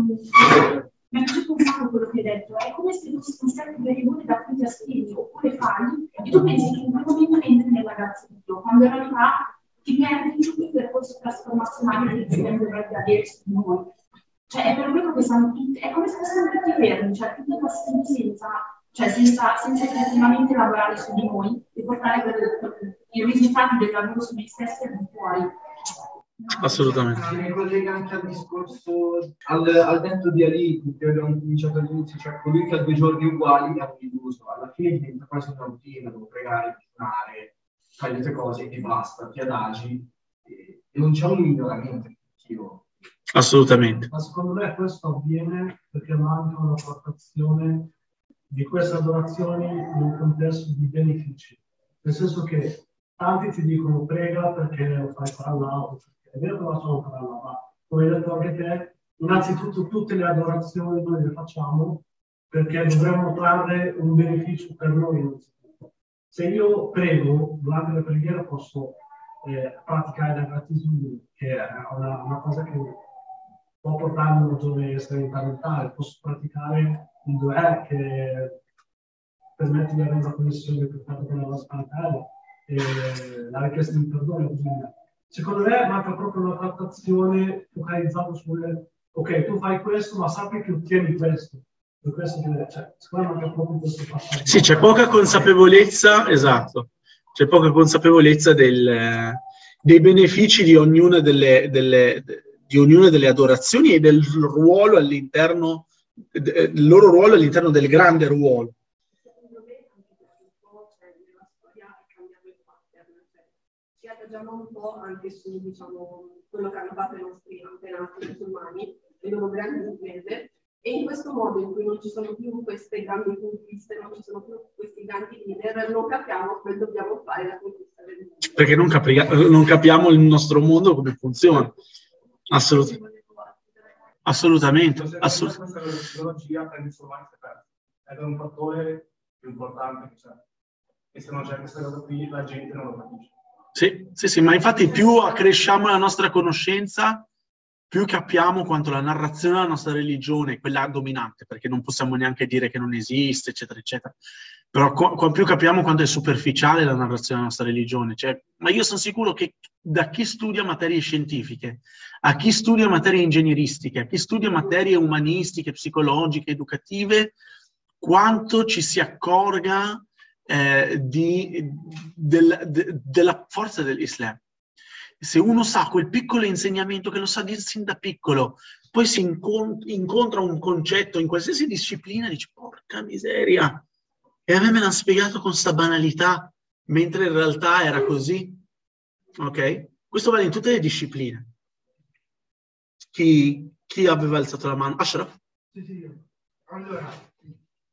mi ha piaciuto un sacco quello che hai detto, è come se tu ti senti benvenuto da cui ti ascrivi, oppure fai, e tu pensi che in quel momento entri nella grazia di Dio, quando in realtà ti perdi in tutto il percorso trasformazionale che Dio dovrebbe avere su di noi. Cioè è per quello che siamo tutti, è come se fossimo tutti fermi, cioè tutti passivi senza effettivamente lavorare su di noi e portare i risultati del lavoro su noi stessi al di fuori. Assolutamente. Si ricollega anche al discorso, al detto di Ali, che abbiamo cominciato all'inizio, cioè colui che ha 2 giorni uguali è un illuso. Alla fine diventa quasi una routine, devo pregare, suonare, fai le tue cose e basta, ti adagi e non c'è un miglioramento effettivo. Assolutamente. Ma secondo me questo avviene perché manca una trattazione di queste adorazioni in un contesto di benefici. Nel senso che tanti ti dicono prega perché lo fai per Allah, è vero che lo facciamo per Allah, ma come hai detto anche te, innanzitutto tutte le adorazioni noi le facciamo perché dovremmo trarre un beneficio per noi innanzitutto. Se io prego, durante la preghiera posso praticare la gratitudine, che è una cosa che può portarmi una giovane serenità mentale, posso praticare il duè che permette di avere una connessione più forte con la nostra mentale, la richiesta di perdono e così via. Secondo me manca proprio una trattazione focalizzata sulle ok, tu fai questo, ma sappi che ottieni questo. Per questo secondo me manca proprio questo passaggio. Sì, c'è poca consapevolezza, esatto, c'è poca consapevolezza dei benefici di ognuna delle adorazioni e del ruolo all'interno, il loro ruolo all'interno del grande ruolo. Ci adagiamo un po' anche su, diciamo, quello che hanno fatto i nostri antenati musulmani, le loro grandi imprese, e in questo modo in cui non ci sono più queste grandi conquiste, non ci sono più questi grandi leader, non capiamo come dobbiamo fare la conquista del mondo. Perché non capiamo il nostro mondo come funziona. Assolutamente. Questa metodologia per i musulmani si è persa. Ed è un fattore più importante che c'è. E se non c'è questa cosa qui, la gente non lo capisce. Sì, ma infatti più accresciamo la nostra conoscenza, più capiamo quanto la narrazione della nostra religione, quella dominante, perché non possiamo neanche dire che non esiste, eccetera, eccetera. Però più capiamo quanto è superficiale la narrazione della nostra religione. Cioè, ma io sono sicuro che da chi studia materie scientifiche, a chi studia materie ingegneristiche, a chi studia materie umanistiche, psicologiche, educative, quanto ci si accorga della forza dell'Islam. Se uno sa quel piccolo insegnamento, che lo sa sin da piccolo, poi si incontra un concetto in qualsiasi disciplina e dice porca miseria, e a me l'hanno spiegato con sta banalità, mentre in realtà era così. Ok? Questo vale in tutte le discipline. Chi aveva alzato la mano? Ashraf? Sì. Allora,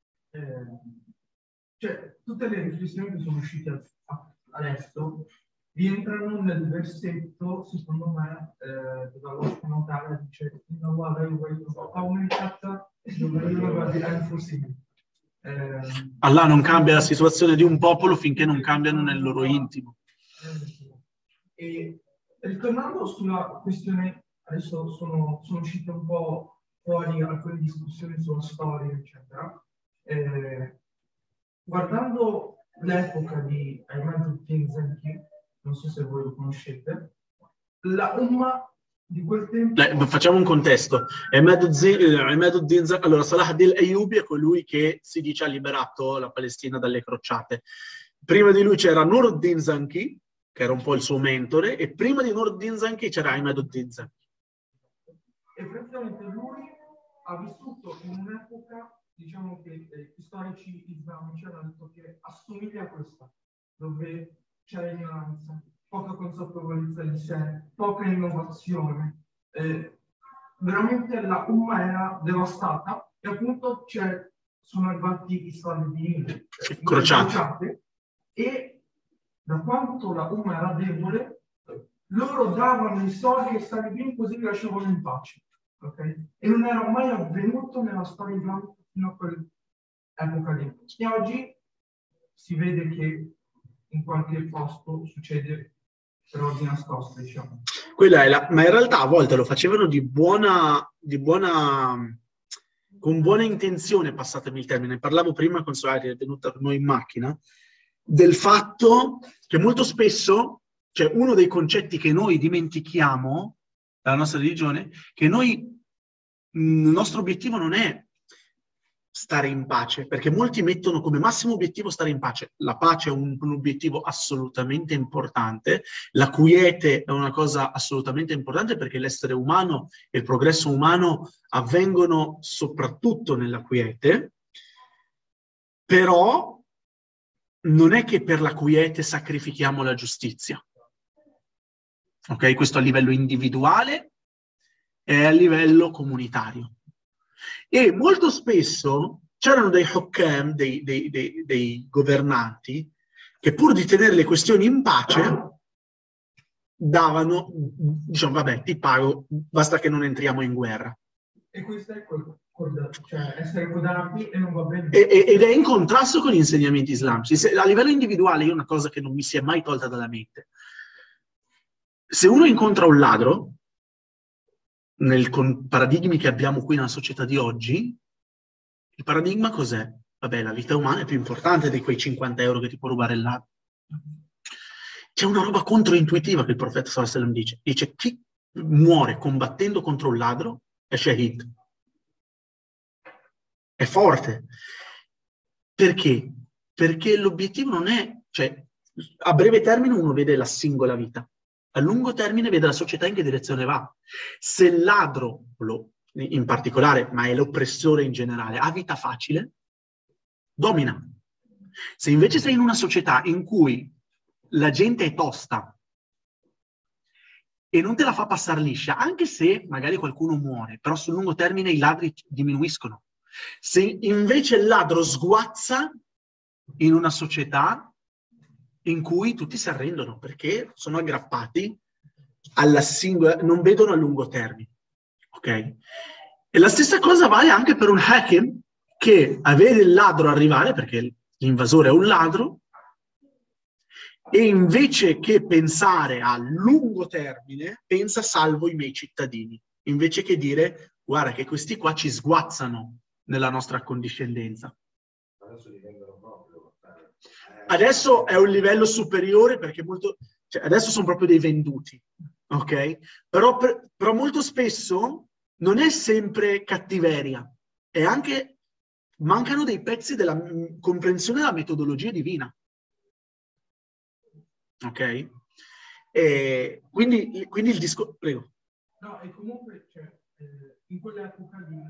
cioè, tutte le riflessioni che sono uscite adesso rientrano nel versetto, secondo me, dalla notare dice Allah non cambia la situazione di un popolo finché non cambiano nel loro intimo. E ritornando sulla questione, adesso sono uscite un po' fuori alcune discussioni sulla storia, eccetera. Guardando l'epoca di Ahmad-ud-Din Zenki, non so se voi lo conoscete, la Umma di quel tempo... Facciamo un contesto. Ahmad-ud-Din Zenki, allora Salah ad-Din al-Ayyubi è colui che si dice ha liberato la Palestina dalle crociate. Prima di lui c'era Nur-ad-Din Zenki, che era un po' il suo mentore, e prima di Nur-ad-Din Zenki c'era Ahmad-ud-Din Zenki. E praticamente lui ha vissuto in un'epoca, diciamo che gli storici islamici hanno detto che assomiglia a questa, dove c'è ignoranza, poca consapevolezza di sé, poca innovazione. Veramente la Umma era devastata e appunto sono arrivati i salvini crociate e da quanto la Umma era debole, loro davano i soldi ai salvini così li lasciavano in pace. Okay? E non era mai avvenuto nella storia islamica fino a quell'epoca lì. E oggi si vede che in qualche posto succede però di nascosto, diciamo. Quella è ma in realtà a volte lo facevano con buona intenzione, passatemi il termine. Parlavo prima con Soaria, è venuta con noi in macchina, del fatto che molto spesso, cioè uno dei concetti che noi dimentichiamo dalla nostra religione, che il nostro obiettivo non è stare in pace, perché molti mettono come massimo obiettivo stare in pace. La pace è un obiettivo assolutamente importante, la quiete è una cosa assolutamente importante perché l'essere umano e il progresso umano avvengono soprattutto nella quiete, però non è che per la quiete sacrifichiamo la giustizia. Ok? Questo a livello individuale e a livello comunitario. E molto spesso c'erano dei hukam, dei governanti, che pur di tenere le questioni in pace, davano, diciamo, vabbè, ti pago, basta che non entriamo in guerra. E questo è cioè essere codardi e non va bene. Ed è in contrasto con gli insegnamenti islamici. A livello individuale, io una cosa che non mi si è mai tolta dalla mente. Se uno incontra un ladro, con paradigmi che abbiamo qui nella società di oggi, il paradigma cos'è? Vabbè, la vita umana è più importante di quei 50 euro che ti può rubare il ladro. C'è una roba controintuitiva che il profeta sallallahu alaihi wasallam dice chi muore combattendo contro un ladro è shahid. È forte. Perché? Perché l'obiettivo non è, cioè, a breve termine uno vede la singola vita. A lungo termine vede la società in che direzione va. Se il ladro, in particolare, ma è l'oppressore in generale, ha vita facile, domina. Se invece sei in una società in cui la gente è tosta e non te la fa passare liscia, anche se magari qualcuno muore, però sul lungo termine i ladri diminuiscono. Se invece il ladro sguazza in una società in cui tutti si arrendono perché sono aggrappati alla singola, non vedono a lungo termine. Ok? E la stessa cosa vale anche per un hakim che vede il ladro arrivare, perché l'invasore è un ladro, e invece che pensare a lungo termine, pensa salvo i miei cittadini, invece che dire guarda che questi qua ci sguazzano nella nostra accondiscendenza. Adesso li vendono proprio. Adesso è un livello superiore perché adesso sono proprio dei venduti, ok? Però molto spesso non è sempre cattiveria, è anche mancano dei pezzi della comprensione della metodologia divina, ok? E quindi il discorso... Prego. No, e comunque, cioè, in quell'epoca lì,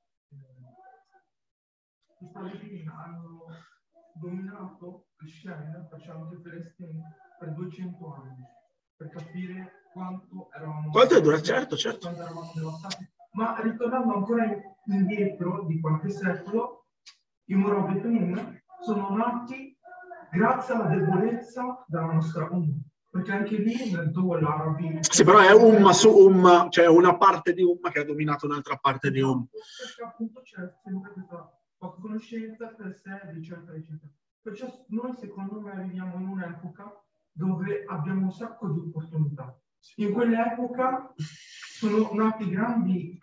i salvini hanno dominato il Shen, facciamo Palestina, per 200 anni, per capire quanto eravamo... Quanto è durato? Certo. Quanto eravamo devastati. Ma ritornando ancora indietro di qualche secolo, i Moravitin sono nati grazie alla debolezza della nostra Umma. Perché anche lì nel Dole arabi... Sì, però è Umma su Umma, cioè una parte di Umma che ha dominato un'altra parte di Umma. Perché appunto c'è sempre questa poca conoscenza per sé, eccetera, eccetera. Perciò noi secondo me viviamo in un'epoca dove abbiamo un sacco di opportunità. In quell'epoca sono nati grandi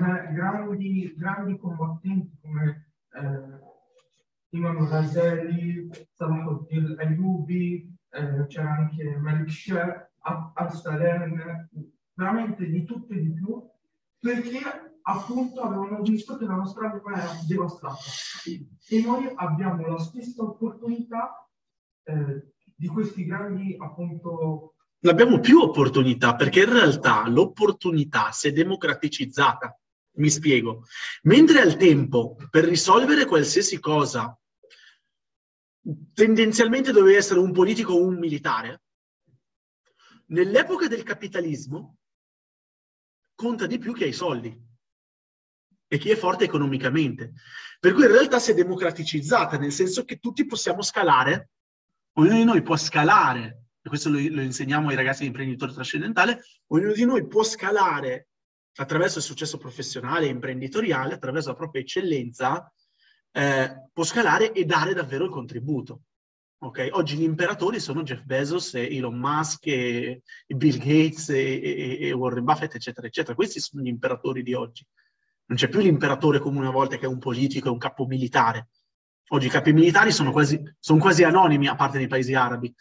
combattenti come Imam Ghazali, Salahuddin Ayyubi, c'era anche Malik Shah, Al-Salem, veramente di tutto e di più, perché appunto avevano visto che la nostra anima era devastata. E noi abbiamo la stessa opportunità di questi grandi, appunto... Non abbiamo più opportunità, perché in realtà l'opportunità si è democraticizzata. Mi spiego. Mentre al tempo, per risolvere qualsiasi cosa, tendenzialmente doveva essere un politico o un militare, nell'epoca del capitalismo conta di più chi ha i soldi e chi è forte economicamente. Per cui in realtà si è democraticizzata, nel senso che tutti possiamo scalare, ognuno di noi può scalare, e questo lo insegniamo ai ragazzi di imprenditore trascendentale, ognuno di noi può scalare attraverso il successo professionale e imprenditoriale, attraverso la propria eccellenza, può scalare e dare davvero il contributo. Okay? Oggi gli imperatori sono Jeff Bezos, e Elon Musk, e Bill Gates, e Warren Buffett, eccetera, eccetera. Questi sono gli imperatori di oggi. Non c'è più l'imperatore come una volta che è un politico e un capo militare. Oggi i capi militari sono quasi anonimi, a parte nei paesi arabi.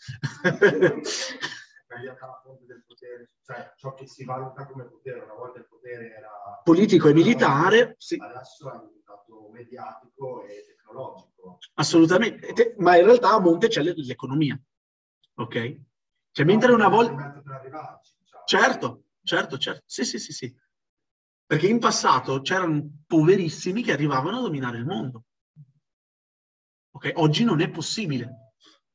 Del potere, cioè ciò che si valuta come potere. Una volta il potere era politico e militare, sì. Adesso è diventato mediatico e tecnologico. Assolutamente, ma in realtà a monte c'è l'economia, ok? Cioè, mentre una volta... Certo, sì. Perché in passato c'erano poverissimi che arrivavano a dominare il mondo. Ok? Oggi non è possibile.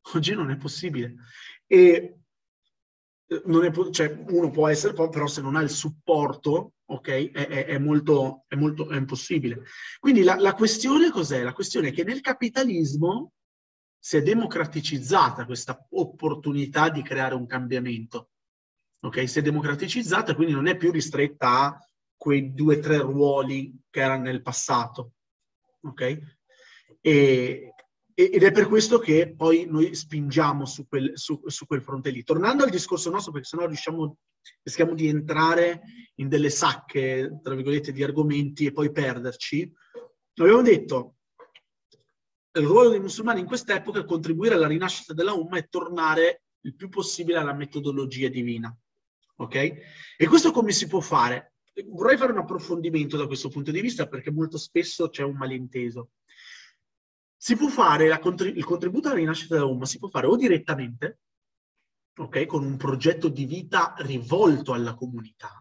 E cioè, uno può essere però se non ha il supporto, ok, è impossibile. Quindi la questione cos'è? La questione è che nel capitalismo si è democraticizzata questa opportunità di creare un cambiamento. Ok? Si è democraticizzata, quindi non è più ristretta a quei 2 o 3 ruoli che erano nel passato. Ok? Ed è per questo che poi noi spingiamo su quel fronte lì. Tornando al discorso nostro, perché sennò rischiamo di entrare in delle sacche, tra virgolette, di argomenti e poi perderci. Abbiamo detto, il ruolo dei musulmani in quest'epoca è contribuire alla rinascita della Umma e tornare il più possibile alla metodologia divina. Ok? E questo come si può fare? Vorrei fare un approfondimento da questo punto di vista, perché molto spesso c'è un malinteso. Si può fare il contributo alla rinascita della Umma, si può fare o direttamente, ok, con un progetto di vita rivolto alla comunità,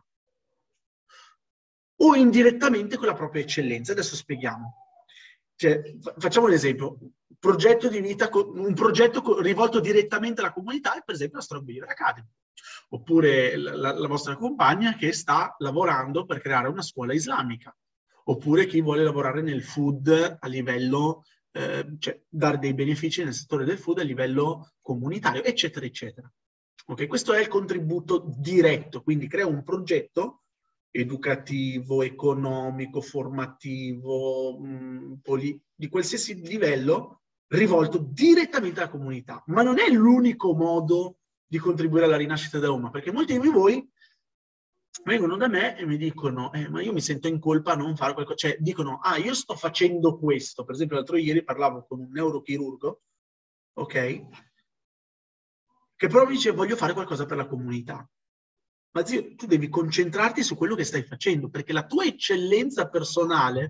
o indirettamente con la propria eccellenza. Adesso spieghiamo. Cioè, facciamo un esempio. Progetto di vita, un progetto rivolto direttamente alla comunità è per esempio la Strong Believer Academy. Oppure la vostra compagna che sta lavorando per creare una scuola islamica. Oppure chi vuole lavorare nel food a livello... cioè dare dei benefici nel settore del food a livello comunitario, eccetera, eccetera. Ok, questo è il contributo diretto, quindi crea un progetto educativo, economico, formativo, di qualsiasi livello, rivolto direttamente alla comunità. Ma non è l'unico modo di contribuire alla rinascita dell'Umma, perché molti di voi vengono da me e mi dicono ma io mi sento in colpa a non fare qualcosa, cioè dicono io sto facendo questo. Per esempio l'altro ieri parlavo con un neurochirurgo, ok, che però mi dice voglio fare qualcosa per la comunità. Ma zio, tu devi concentrarti su quello che stai facendo, perché la tua eccellenza personale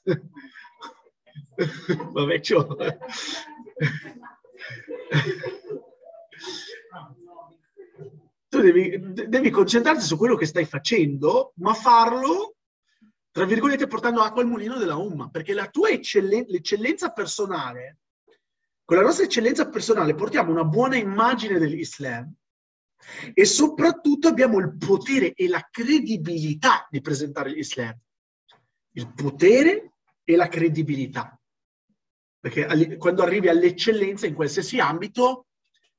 vabbè, tu devi concentrarti su quello che stai facendo, ma farlo, tra virgolette, portando acqua al mulino della Umma, perché la tua l'eccellenza personale, con la nostra eccellenza personale portiamo una buona immagine dell'Islam e soprattutto abbiamo il potere e la credibilità di presentare l'Islam. Il potere e la credibilità. Perché quando arrivi all'eccellenza in qualsiasi ambito,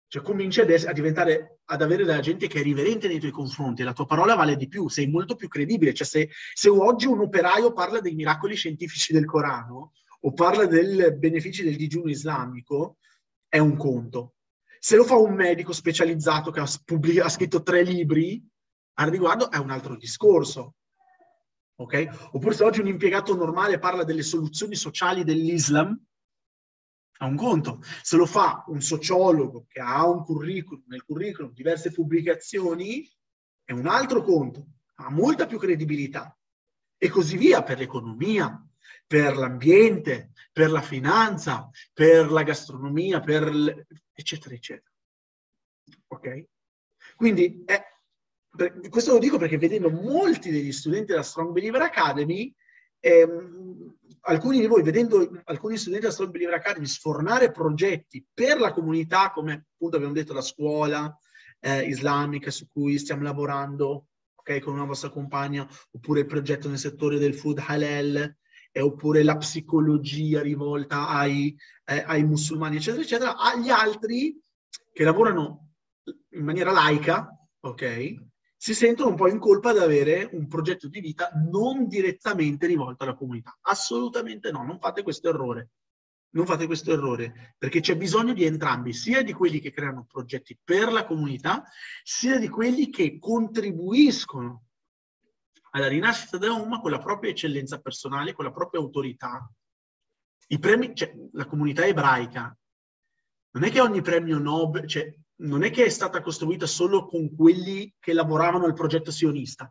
Cioè cominci ad avere della gente che è riverente nei tuoi confronti, la tua parola vale di più, sei molto più credibile. Cioè se oggi un operaio parla dei miracoli scientifici del Corano o parla dei benefici del digiuno islamico, è un conto. Se lo fa un medico specializzato che ha scritto 3 libri al riguardo, è un altro discorso. Ok? Oppure se oggi un impiegato normale parla delle soluzioni sociali dell'Islam, è un conto. Se lo fa un sociologo che ha un curriculum, nel curriculum diverse pubblicazioni, è un altro conto, ha molta più credibilità. E così via per l'economia, per l'ambiente, per la finanza, per la gastronomia, eccetera, eccetera. Ok? Quindi questo lo dico perché vedendo molti degli studenti della Strong Believer Academy, alcuni di voi vedendo alcuni studenti della Strong Believer Academy sfornare progetti per la comunità, come appunto abbiamo detto la scuola islamica su cui stiamo lavorando, okay, con una vostra compagna, oppure il progetto nel settore del food halal, oppure la psicologia rivolta ai musulmani, eccetera, eccetera, agli altri che lavorano in maniera laica, ok? Si sentono un po' in colpa di avere un progetto di vita non direttamente rivolto alla comunità. Assolutamente no, non fate questo errore. Non fate questo errore, perché c'è bisogno di entrambi, sia di quelli che creano progetti per la comunità, sia di quelli che contribuiscono alla rinascita della Umma con la propria eccellenza personale, con la propria autorità. I premi, cioè, la comunità ebraica, non è che ogni premio Nobel, cioè, non è che è stata costruita solo con quelli che lavoravano al progetto sionista.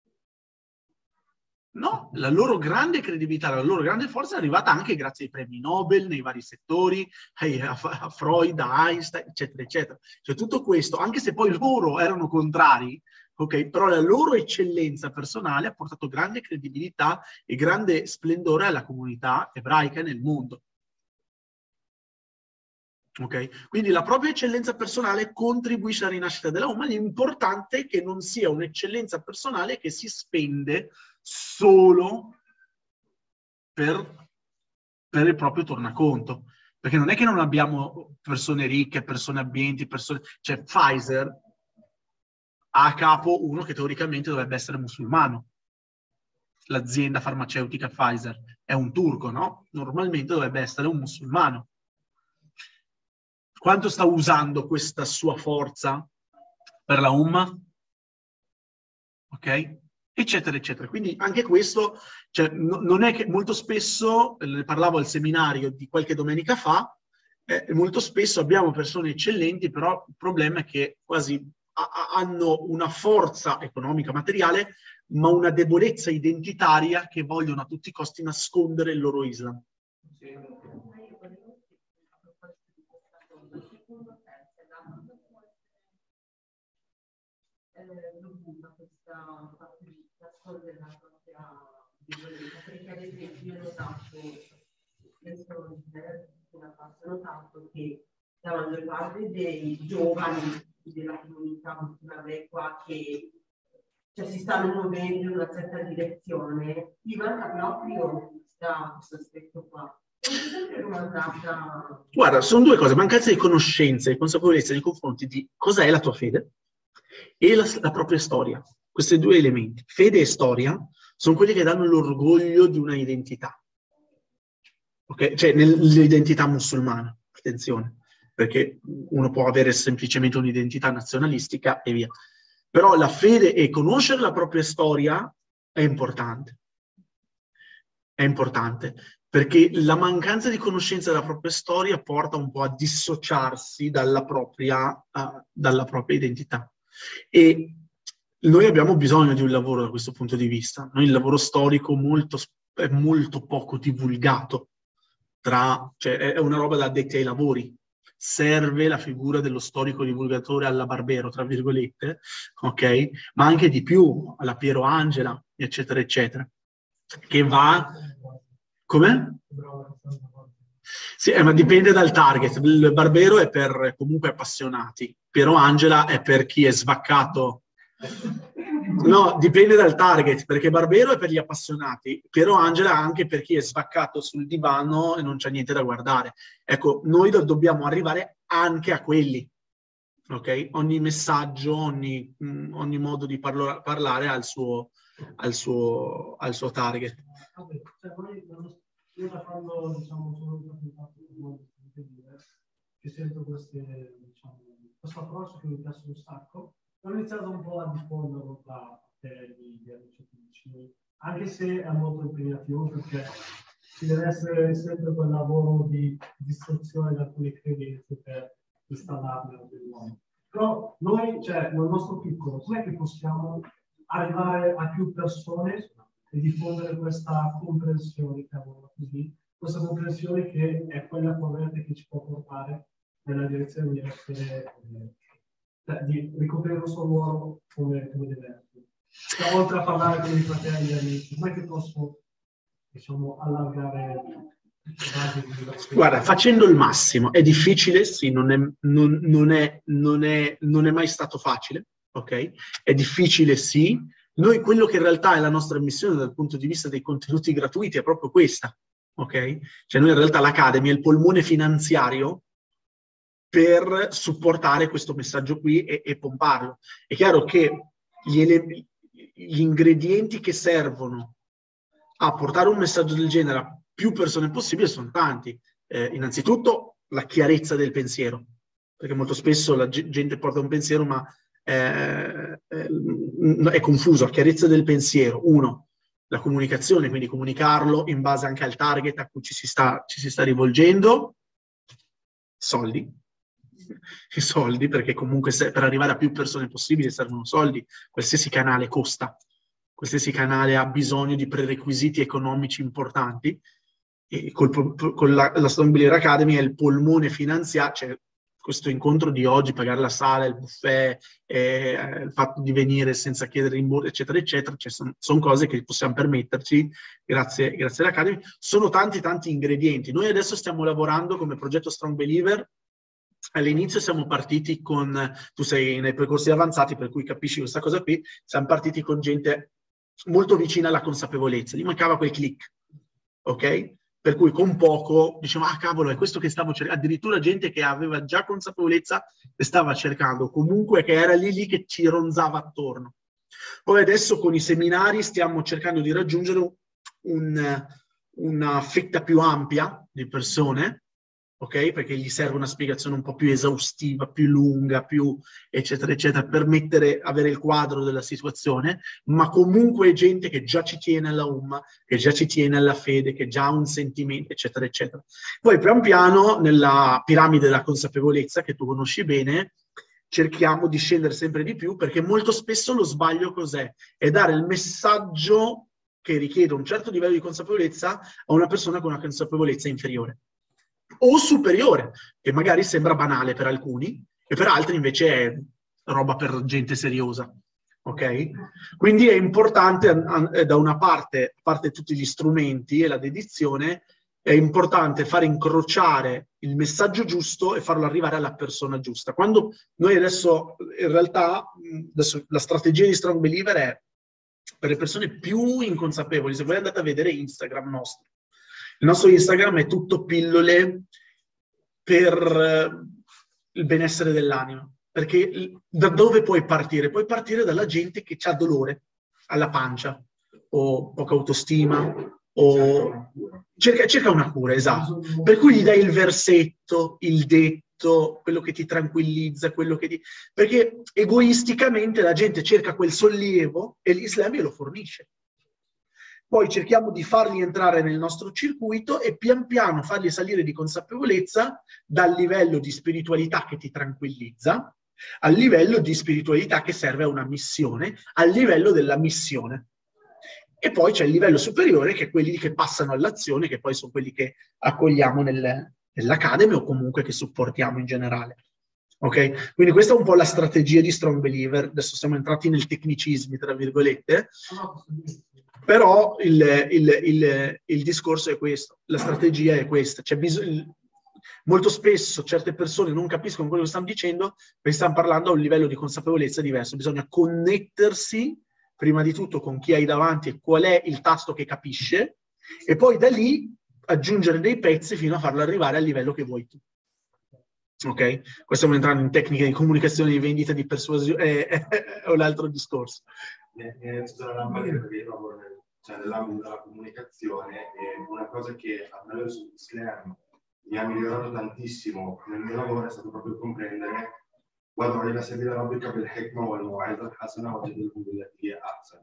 No, la loro grande credibilità, la loro grande forza è arrivata anche grazie ai premi Nobel nei vari settori, a Freud, a Einstein, eccetera, eccetera. Cioè tutto questo, anche se poi loro erano contrari, ok, però la loro eccellenza personale ha portato grande credibilità e grande splendore alla comunità ebraica nel mondo. Ok? Quindi la propria eccellenza personale contribuisce alla rinascita della Umma. L'importante è che non sia un'eccellenza personale che si spende solo per il proprio tornaconto. Perché non è che non abbiamo persone ricche, persone abbienti, cioè Pfizer ha a capo uno che teoricamente dovrebbe essere musulmano. L'azienda farmaceutica Pfizer è un turco, no? Normalmente dovrebbe essere un musulmano. Quanto sta usando questa sua forza per la Umma? Ok? Eccetera, eccetera. Quindi anche questo, cioè, non è che molto spesso, ne parlavo al seminario di qualche domenica fa, molto spesso abbiamo persone eccellenti, però il problema è che quasi hanno una forza economica, materiale, ma una debolezza identitaria che vogliono a tutti i costi nascondere il loro Islam. Dovuta questa storia della propria violenza, perché ad esempio io ho notato, ho notato che la maggior parte dei giovani della comunità muslimana qua che si stanno muovendo in una certa direzione, gli manca proprio questo aspetto qua. Guarda, sono due cose: mancanza di conoscenza e consapevolezza nei confronti di cosa è la tua fede e la propria storia. Questi due elementi, fede e storia, sono quelli che danno l'orgoglio di una identità. Ok? Cioè, nell'identità musulmana, attenzione, perché uno può avere semplicemente un'identità nazionalistica e via. Però la fede e conoscere la propria storia è importante. È importante, perché la mancanza di conoscenza della propria storia porta un po' a dissociarsi dalla propria identità. E noi abbiamo bisogno di un lavoro da questo punto di vista. Noi il lavoro storico è molto poco divulgato, cioè è una roba da addetti ai lavori. Serve la figura dello storico divulgatore alla Barbero, tra virgolette, ok? Ma anche di più, alla Piero Angela, eccetera, eccetera, che va... Come? Sì, ma dipende dal target. Il Barbero è per comunque appassionati. Piero Angela è per chi è svaccato. No, dipende dal target, perché Barbero è per gli appassionati. Piero Angela anche per chi è svaccato sul divano e non c'è niente da guardare. Ecco, noi dobbiamo arrivare anche a quelli. ok? Ogni messaggio, ogni modo di parlare ha il suo target. Vabbè, cioè, io da quando, diciamo, sono capitato che sento questo approccio che mi piace un sacco, ho iniziato un po' a diffonderlo tra gli amici vicini, anche se è molto impegnativo, perché ci deve essere sempre quel lavoro di distruzione di alcune credenze per installarle nel nuovo. Però noi, cioè, nel nostro piccolo, com'è che possiamo arrivare a più persone e diffondere questa comprensione, chiamiamola così, questa comprensione che è quella corrente che ci può portare nella direzione di essere, di ricoprire il nostro ruolo come deve essere. Cioè, oltre a parlare con i fratelli e amici, com'è che posso, diciamo, allargare? Guarda, facendo il massimo. È difficile, sì, non è mai stato facile, ok? È difficile, sì. Noi, quello che in realtà è la nostra missione dal punto di vista dei contenuti gratuiti è proprio questa, ok? Cioè noi in realtà l'Academy è il polmone finanziario per supportare questo messaggio qui e pomparlo. È chiaro che gli ingredienti che servono a portare un messaggio del genere a più persone possibile sono tanti. Innanzitutto la chiarezza del pensiero, perché molto spesso la gente porta un pensiero ma è confuso. La chiarezza del pensiero, uno, la comunicazione, quindi comunicarlo in base anche al target a cui ci si sta rivolgendo, soldi, i soldi, perché comunque per arrivare a più persone possibili servono soldi, qualsiasi canale costa, qualsiasi canale ha bisogno di prerequisiti economici importanti, e con la Strong Believer Academy è il polmone finanziario, cioè questo incontro di oggi, pagare la sala, il buffet, il fatto di venire senza chiedere rimborso, eccetera, eccetera, cioè sono cose che possiamo permetterci grazie all'Academy. Sono tanti ingredienti. Noi adesso stiamo lavorando come progetto Strong Believer. All'inizio siamo partiti con, tu sei nei percorsi avanzati per cui capisci questa cosa qui, siamo partiti con gente molto vicina alla consapevolezza, gli mancava quel click, ok? Per cui con poco diciamo, ah cavolo, è questo che stavo cercando, addirittura gente che aveva già consapevolezza e stava cercando, comunque che era lì che ci ronzava attorno. Poi adesso con i seminari stiamo cercando di raggiungere una fetta più ampia di persone, ok? Perché gli serve una spiegazione un po' più esaustiva, più lunga, più eccetera, eccetera, per avere il quadro della situazione, ma comunque gente che già ci tiene alla umma, che già ci tiene alla fede, che già ha un sentimento, eccetera, eccetera. Poi pian piano, nella piramide della consapevolezza, che tu conosci bene, cerchiamo di scendere sempre di più, perché molto spesso lo sbaglio cos'è? È dare il messaggio che richiede un certo livello di consapevolezza a una persona con una consapevolezza inferiore o superiore, che magari sembra banale per alcuni e per altri invece è roba per gente seriosa, ok? Quindi è importante da una parte, a parte tutti gli strumenti e la dedizione, è importante far incrociare il messaggio giusto e farlo arrivare alla persona giusta. Quando noi adesso, in realtà, la strategia di Strong Believer è per le persone più inconsapevoli. Se voi andate a vedere Instagram nostro, il nostro Instagram è tutto pillole per il benessere dell'anima. Perché da dove puoi partire? Puoi partire dalla gente che ha dolore alla pancia, o poca autostima, o cerca una cura, esatto. Per cui gli dai il versetto, il detto, quello che ti tranquillizza, perché egoisticamente la gente cerca quel sollievo e l'Islam glielo fornisce. Poi cerchiamo di farli entrare nel nostro circuito e pian piano farli salire di consapevolezza dal livello di spiritualità che ti tranquillizza al livello di spiritualità che serve a una missione, al livello della missione. E poi c'è il livello superiore, che è quelli che passano all'azione, che poi sono quelli che accogliamo nell'Academy o comunque che supportiamo in generale. Ok? Quindi questa è un po' la strategia di Strong Believer. Adesso siamo entrati nel tecnicismi, tra virgolette. Però il discorso è questo, la strategia è questa. Molto spesso certe persone non capiscono quello che stanno dicendo perché stanno parlando a un livello di consapevolezza diverso. Bisogna connettersi prima di tutto con chi hai davanti e qual è il tasto che capisce e poi da lì aggiungere dei pezzi fino a farlo arrivare al livello che vuoi tu. Ok? Qua stiamo entrando in tecniche di comunicazione, di vendita, di persuasione, è un altro discorso. Perché io lavoro nell'ambito della comunicazione, e una cosa che attraverso il Slam mi ha migliorato tantissimo nel mio lavoro è stato proprio comprendere وادعوا إلى سبيل ربك بالحكمة والموعظة الحسنة وجادلهم بالتي هي أحسن.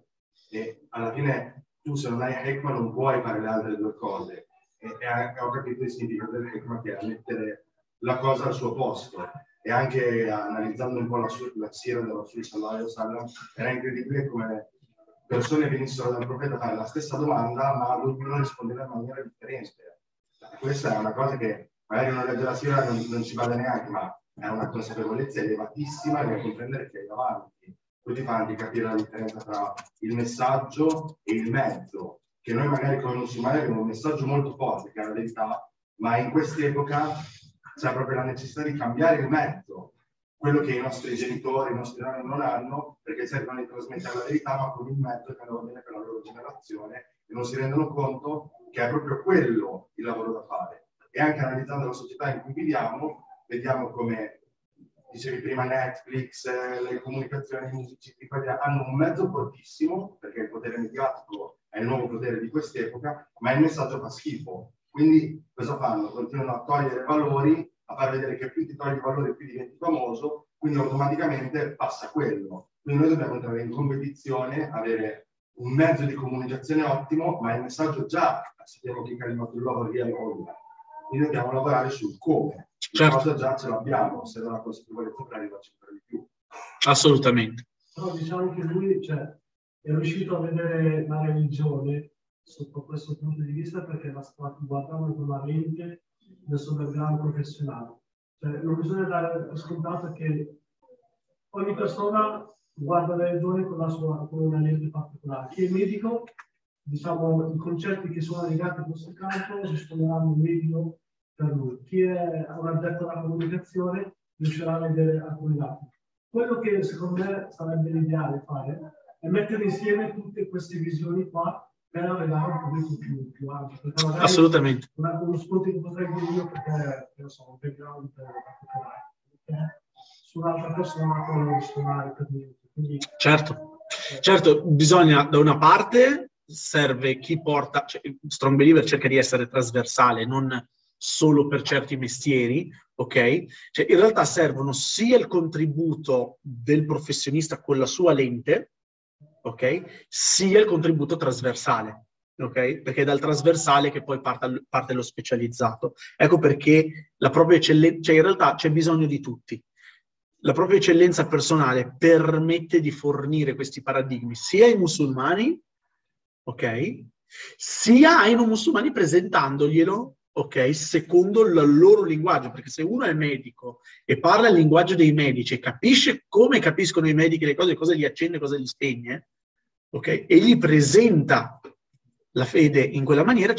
E alla fine tu, se non hai hikmah, non puoi fare le altre due cose. E ho capito il significato del hikmah, che è mettere la cosa al suo posto. E anche analizzando un po' la sira del Rasul sallallahu alaihi wasallam, era incredibile come persone venissero dal profeta a fare la stessa domanda, ma ognuno rispondeva in maniera differente. Questa è una cosa che magari uno legge la sira non ci vada neanche, ma è una consapevolezza elevatissima nel comprendere che hai davanti. Poi ti fa anche capire la differenza tra il messaggio e il mezzo, che noi magari come musulmani abbiamo un messaggio molto forte, che è la verità, ma in quest'epoca c'è proprio la necessità di cambiare il mezzo, quello che i nostri genitori, i nostri nonni non hanno, perché cercano di trasmettere la verità, ma con il mezzo che andava bene per la loro generazione, e non si rendono conto che è proprio quello il lavoro da fare. E anche analizzando la società in cui viviamo, vediamo come, dicevi prima, Netflix, le comunicazioni, i musicisti hanno un mezzo fortissimo, perché il potere mediatico è il nuovo potere di quest'epoca, ma il messaggio fa schifo. Quindi cosa fanno? Continuano a togliere valori, a far vedere che più ti togli valori più diventi famoso, quindi automaticamente passa quello. Quindi noi dobbiamo entrare in competizione, avere un mezzo di comunicazione ottimo, ma il messaggio già sappiamo che Kalimatullah via l'olla. Quindi dobbiamo lavorare sul come. Certo. Cosa già ce l'abbiamo, se non la consapevolezza per arrivarci ancora di più. Assolutamente. Però diciamo che lui è riuscito a vedere la religione sotto questo punto di vista, perché la sta guardando con la lente del suo background professionale. Non bisogna dare per scontato che ogni persona guarda la religione con una lente particolare. Chi è medico, diciamo, i concetti che sono legati a questo campo risponderanno meglio per lui. Chi è un addetto alla comunicazione riuscirà a vedere alcuni lati. Quello che secondo me sarebbe l'ideale fare è mettere insieme tutte queste visioni qua per arrivare a un pubblico più ampio. Assolutamente. Uno spunto che potrei dire io, perché io sono un background particolare, su un'altra persona non suonare per niente. Quindi, certo, bisogna, da una parte serve chi porta, Strong Believer cerca di essere trasversale, non solo per certi mestieri, ok? In realtà servono sia il contributo del professionista con la sua lente, ok? Sia il contributo trasversale, ok? Perché è dal trasversale che poi parte lo specializzato. Ecco perché la propria eccellenza, in realtà c'è bisogno di tutti. La propria eccellenza personale permette di fornire questi paradigmi sia ai musulmani, ok? Sia ai non musulmani, presentandoglielo, ok? Secondo il loro linguaggio, perché se uno è medico e parla il linguaggio dei medici e capisce come capiscono i medici le cose, cosa gli accende, cosa gli spegne, ok? E gli presenta la fede in quella maniera,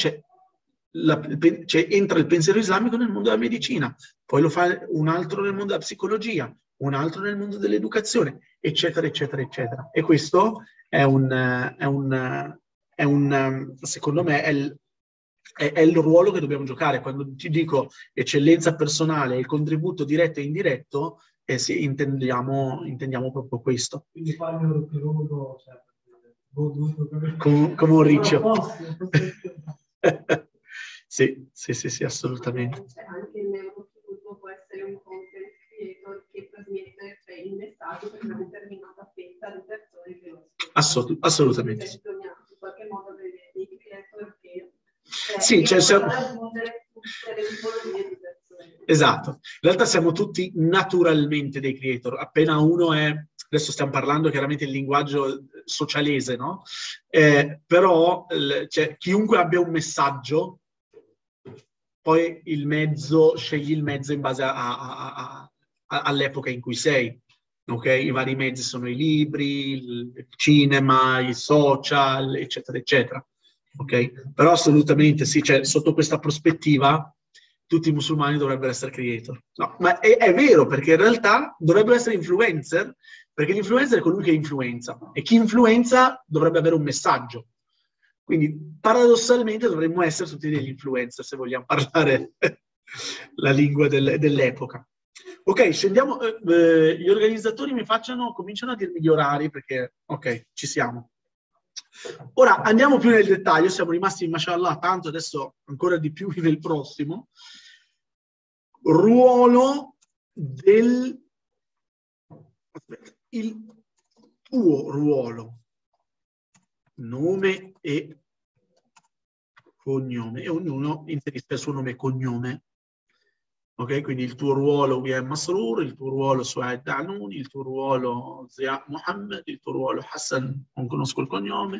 entra il pensiero islamico nel mondo della medicina, poi lo fa un altro nel mondo della psicologia, un altro nel mondo dell'educazione, eccetera, eccetera, eccetera. E questo secondo me, è il ruolo che dobbiamo giocare. Quando ti dico eccellenza personale, il contributo diretto e indiretto, sì, intendiamo proprio questo. Quindi parlo per uno, come un riccio. Sì, assolutamente. Anche il neurochirurgo può essere un content creator che trasmette il messaggio per una determinata fetta di persone che lo ascoltano. Assolutamente. Bisogna in qualche modo avere dei creator che raggiungere tutte le tipologie di persone. Esatto. In realtà siamo tutti naturalmente dei creator. Appena uno è... Adesso stiamo parlando chiaramente il linguaggio socialese, no? Però chiunque abbia un messaggio, poi scegli il mezzo in base all'epoca in cui sei. Okay? I vari mezzi sono i libri, il cinema, i social, eccetera, eccetera. Okay? Però assolutamente sì, sotto questa prospettiva tutti i musulmani dovrebbero essere creator. No, ma è vero, perché in realtà dovrebbero essere influencer, perché l'influencer è colui che influenza, e chi influenza dovrebbe avere un messaggio. Quindi paradossalmente dovremmo essere tutti degli influencer, se vogliamo parlare la lingua dell'epoca. Ok, scendiamo. Gli organizzatori cominciano a dirmi gli orari perché, ok, ci siamo. Ora andiamo più nel dettaglio, siamo rimasti, mashallah, tanto, adesso ancora di più nel prossimo. Ruolo del... Aspetta, il tuo ruolo, nome e cognome, e ognuno inserisce il suo nome e cognome. Ok, quindi il tuo ruolo William Masroor, il tuo ruolo Suhaid Danuni, il tuo ruolo Zia Mohammed, il tuo ruolo Hassan, non conosco il cognome.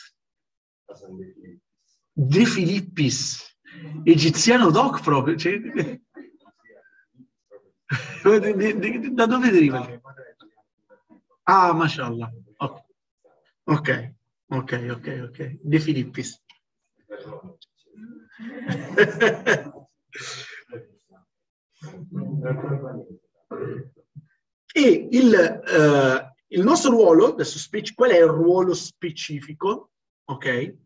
De Filippis, egiziano doc proprio. Cioè, da dove deriva? Ah, mashallah. Ok. De Filippis. E il nostro ruolo, adesso qual è il ruolo specifico? Ok?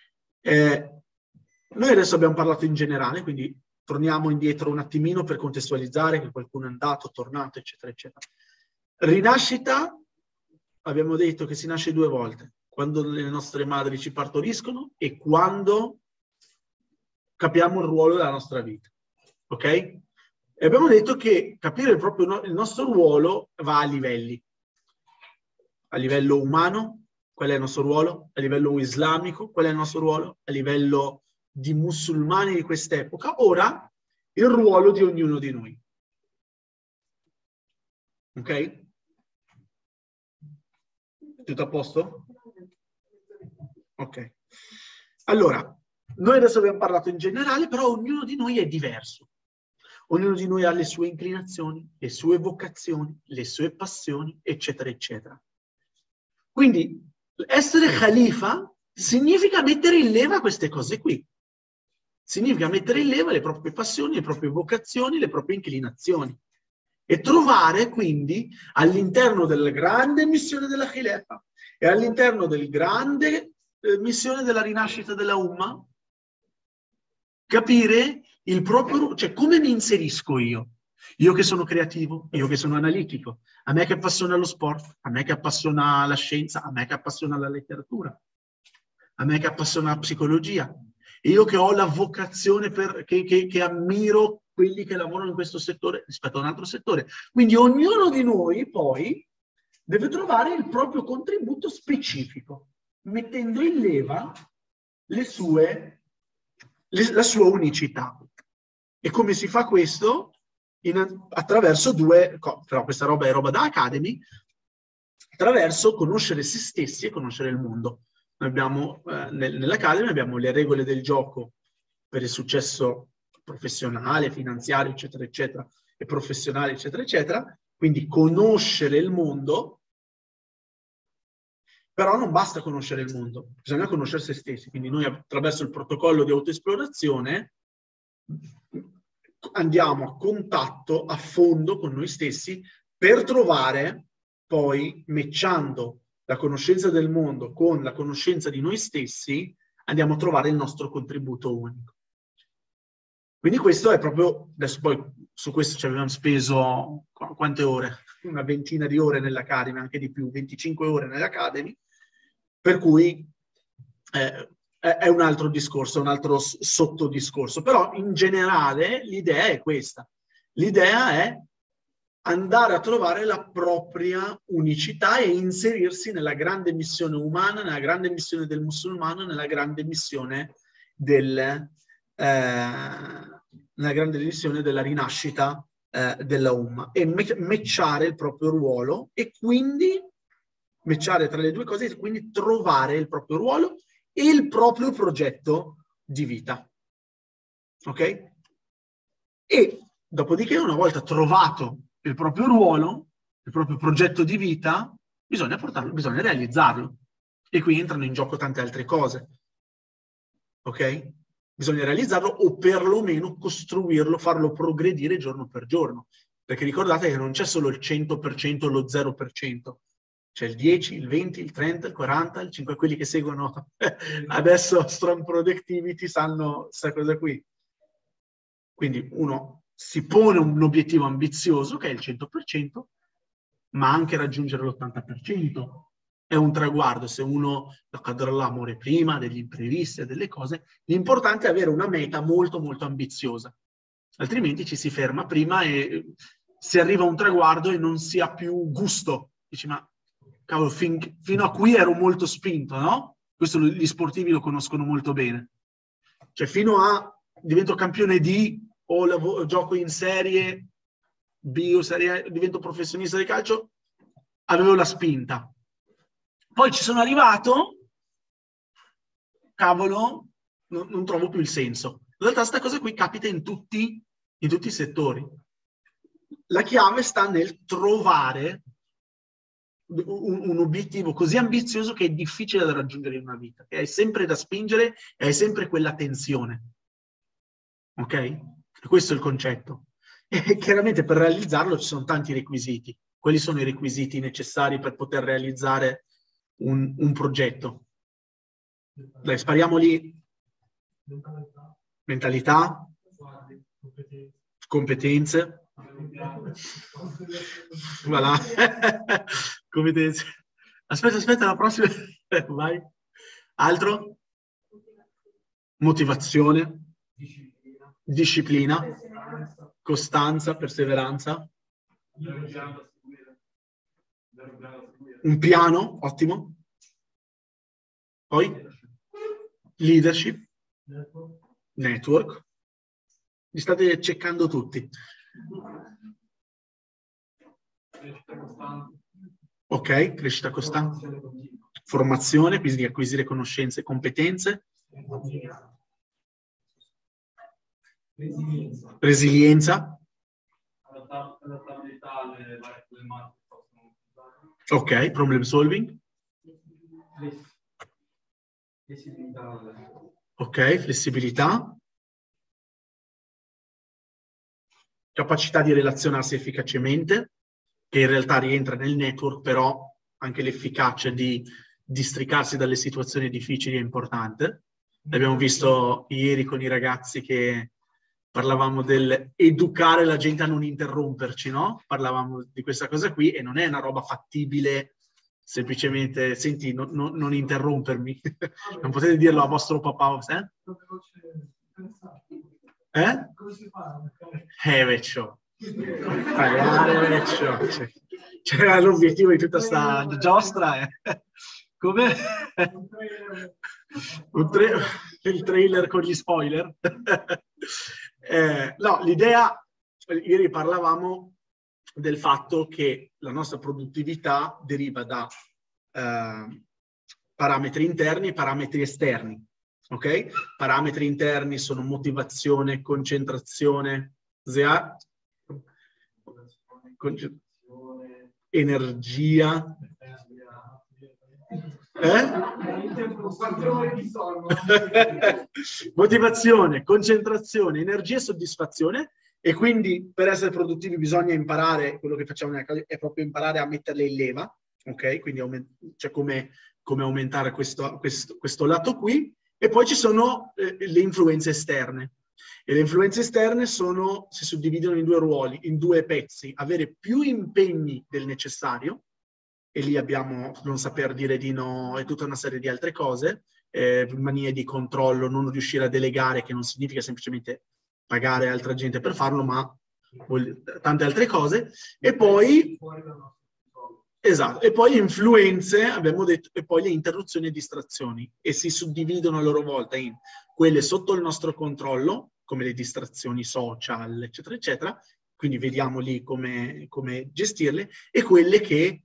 Noi adesso abbiamo parlato in generale, quindi torniamo indietro un attimino per contestualizzare che qualcuno è andato, tornato, eccetera, eccetera. Rinascita, abbiamo detto che si nasce 2 volte, quando le nostre madri ci partoriscono e quando capiamo il ruolo della nostra vita. Ok? E abbiamo detto che capire proprio il nostro ruolo va a livelli. A livello umano, qual è il nostro ruolo? A livello islamico, qual è il nostro ruolo? A livello di musulmani di quest'epoca. Ora, il ruolo di ognuno di noi. Ok? Tutto a posto? Ok. Allora, noi adesso abbiamo parlato in generale, però ognuno di noi è diverso. Ognuno di noi ha le sue inclinazioni, le sue vocazioni, le sue passioni, eccetera, eccetera. Quindi, essere khalifa significa mettere in leva queste cose qui. Significa mettere in leva le proprie passioni, le proprie vocazioni, le proprie inclinazioni. E trovare, quindi, all'interno della grande missione della Khilafa e all'interno del grande missione della rinascita della Umma, capire il proprio, cioè come mi inserisco io che sono creativo, io che sono analitico, a me che appassiona lo sport, a me che appassiona la scienza, a me che appassiona la letteratura, a me che appassiona la psicologia, e io che ho la vocazione che ammiro quelli che lavorano in questo settore rispetto a un altro settore. Quindi ognuno di noi poi deve trovare il proprio contributo specifico, mettendo in leva la sua unicità. E come si fa questo? Attraverso però questa roba è roba da Academy, attraverso conoscere se stessi e conoscere il mondo. Noi abbiamo, nell'Academy abbiamo le regole del gioco per il successo professionale, finanziario, eccetera, eccetera, e professionale, eccetera, eccetera. Quindi conoscere il mondo, però non basta conoscere il mondo, bisogna conoscere se stessi. Quindi noi attraverso il protocollo di autoesplorazione andiamo a contatto, a fondo con noi stessi per trovare poi, matchando la conoscenza del mondo con la conoscenza di noi stessi, andiamo a trovare il nostro contributo unico. Quindi questo è proprio, adesso poi su questo ci abbiamo speso quante ore? Una ventina di ore nell'Academy, anche di più, 25 ore nell'Academy, per cui è un altro discorso, un altro sottodiscorso. Però in generale l'idea è questa. L'idea è andare a trovare la propria unicità e inserirsi nella grande missione umana, nella grande missione del musulmano, nella grande missione della rinascita della Umma, e matchare il proprio ruolo e quindi matchare tra le due cose e quindi trovare il proprio ruolo e il proprio progetto di vita. Ok? E dopodiché, una volta trovato il proprio ruolo, il proprio progetto di vita, bisogna realizzarlo. E qui entrano in gioco tante altre cose. Ok? Bisogna realizzarlo o perlomeno costruirlo, farlo progredire giorno per giorno. Perché ricordate che non c'è solo il 100% o lo 0%. C'è il 10, il 20, il 30, il 40, il 5, quelli che seguono adesso Strong Productivity sanno questa cosa qui. Quindi uno si pone un obiettivo ambizioso, che è il 100%, ma anche raggiungere l'80%. È un traguardo. Se uno muore prima degli imprevisti, delle cose, l'importante è avere una meta molto molto ambiziosa, altrimenti ci si ferma prima e si arriva a un traguardo e non si ha più gusto. Dici, ma cavolo, fino a qui ero molto spinto, no? Questo gli sportivi lo conoscono molto bene. Cioè fino a divento campione D o gioco in serie B o serie A, divento professionista di calcio, avevo la spinta. Poi ci sono arrivato, cavolo, non trovo più il senso. In realtà questa cosa qui capita in tutti i settori. La chiave sta nel trovare un obiettivo così ambizioso che è difficile da raggiungere in una vita, che hai sempre da spingere e hai sempre quella tensione. Ok? E questo è il concetto. E chiaramente per realizzarlo ci sono tanti requisiti. Quali sono i requisiti necessari per poter realizzare un progetto? Dai, spariamo lì. Mentalità, competenze. Voilà. Competenze. Aspetta, la prossima. Vai. Altro? Motivazione, disciplina, costanza, perseveranza. Un piano, ottimo. Poi leadership, network. Li state cercando tutti. Ok, crescita costante. Formazione, quindi acquisire conoscenze e competenze. Resilienza. Adattabilità alle varie problematiche. Ok, problem solving. Ok, flessibilità. Capacità di relazionarsi efficacemente, che in realtà rientra nel network, però anche l'efficacia di districarsi dalle situazioni difficili è importante. L'abbiamo visto ieri con i ragazzi che parlavamo del educare la gente a non interromperci, no? Parlavamo di questa cosa qui e non è una roba fattibile semplicemente, senti, non interrompermi. Non potete dirlo a vostro papà, eh? Come si fa? Vecchio. Pagare, vecchio. C'era l'obiettivo di tutta sta giostra. Come? Il trailer con gli spoiler. No, l'idea, ieri parlavamo del fatto che la nostra produttività deriva da parametri interni e parametri esterni. Ok? Parametri interni sono motivazione, concentrazione, energia. Motivazione, concentrazione, energia e soddisfazione. E quindi per essere produttivi bisogna imparare, quello che facciamo è proprio imparare a metterle in leva. Ok? Quindi c'è come aumentare questo lato qui. E poi ci sono le influenze esterne. E le influenze esterne si suddividono in due ruoli, in due pezzi. Avere più impegni del necessario, e lì abbiamo non saper dire di no e tutta una serie di altre cose, manie di controllo, non riuscire a delegare, che non significa semplicemente pagare altra gente per farlo, ma tante altre cose. E poi... Esatto, e poi influenze, abbiamo detto, e poi le interruzioni e distrazioni, e si suddividono a loro volta in quelle sotto il nostro controllo, come le distrazioni social, eccetera, eccetera, quindi vediamo lì come gestirle, e quelle che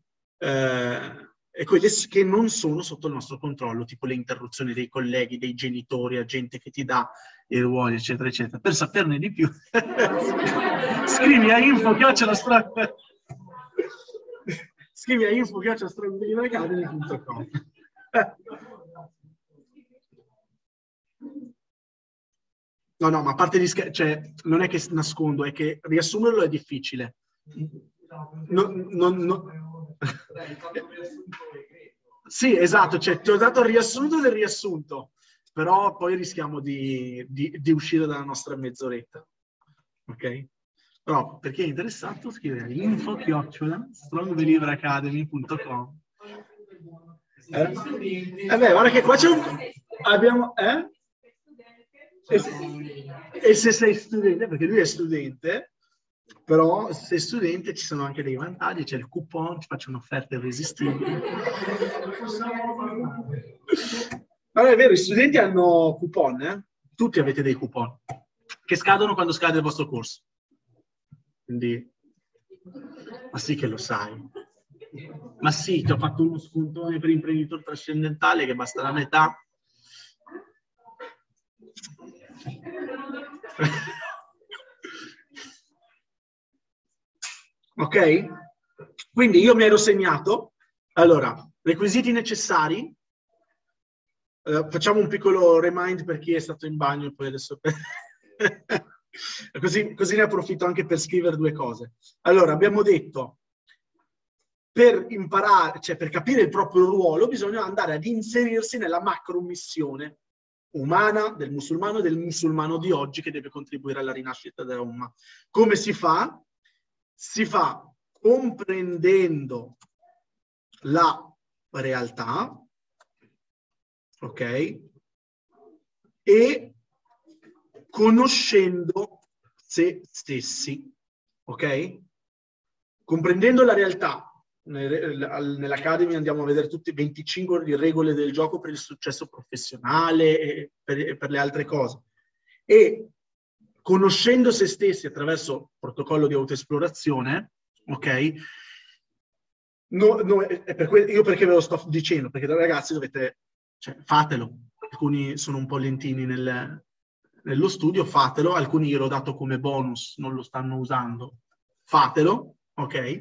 non sono sotto il nostro controllo, tipo le interruzioni dei colleghi, dei genitori, a gente che ti dà i ruoli, eccetera, eccetera. Per saperne di più, scrivi a info@strongacademy.com. Scrivi a info@strongacademy.com. No, ma a parte gli scherzi, cioè, non è che nascondo, è che riassumerlo è difficile. Sì, esatto, cioè, ti ho dato il riassunto del riassunto, però poi rischiamo di uscire dalla nostra mezz'oretta. Ok? Però per chi è interessato scrive a info@strongbelieveracademy.com. Guarda che qua c'è abbiamo e se sei studente, perché lui è studente, però se sei studente ci sono anche dei vantaggi, c'è il coupon, ti faccio un'offerta irresistibile. Allora è vero, i studenti hanno coupon, tutti avete dei coupon che scadono quando scade il vostro corso. Quindi, ma sì che lo sai. Ma sì, ti ho fatto uno scontone per imprenditore trascendentale che basta la metà. Ok? Quindi io mi ero segnato. Allora, requisiti necessari. Facciamo un piccolo remind per chi è stato in bagno e poi adesso... così ne approfitto anche per scrivere due cose. Allora, abbiamo detto, per imparare, cioè per capire il proprio ruolo, bisogna andare ad inserirsi nella macro missione umana del musulmano di oggi che deve contribuire alla rinascita della Ummah. Come si fa? Si fa comprendendo la realtà, ok? E conoscendo se stessi, ok? Comprendendo la realtà. Nell'Academy andiamo a vedere tutte 25 regole del gioco per il successo professionale e per le altre cose. E conoscendo se stessi attraverso il protocollo di autoesplorazione, ok? Io perché ve lo sto dicendo? Perché ragazzi dovete, cioè, fatelo. Alcuni sono un po' lentini nello studio, fatelo. Alcuni gliel'ho dato come bonus, non lo stanno usando. Fatelo, ok?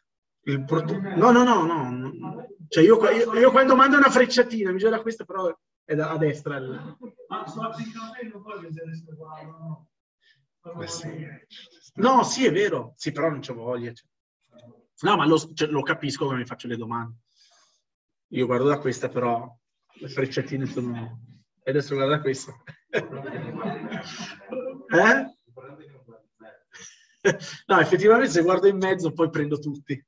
No. Cioè io quando mando una frecciatina, mi gira questa, però è a destra. Ma sto applicando poi vedere se guardano. No, sì, è vero. Sì, però non c'ho voglia. No, ma lo capisco quando mi faccio le domande. Io guardo da questa, però le frecciatine sono... E adesso guarda questa. No, effettivamente se guardo in mezzo poi prendo tutti.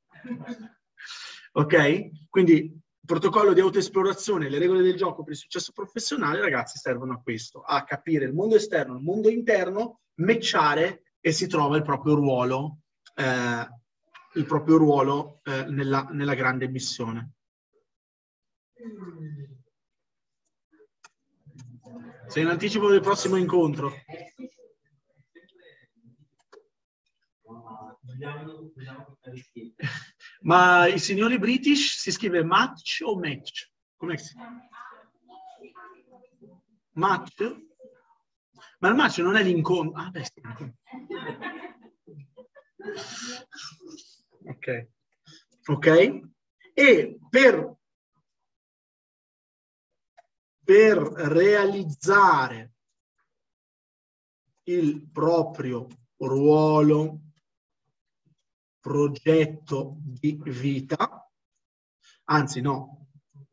Ok? Quindi il protocollo di autoesplorazione, le regole del gioco per il successo professionale, ragazzi, servono a questo, a capire il mondo esterno, il mondo interno, matchare e si trova il proprio ruolo nella grande missione. Sei in anticipo del prossimo incontro. Ma i signori British si scrive match o match? Come si chiama? Match? Ma il match non è l'incontro. Ah, beh, sì. Ok. E per realizzare il proprio ruolo, progetto di vita, anzi no,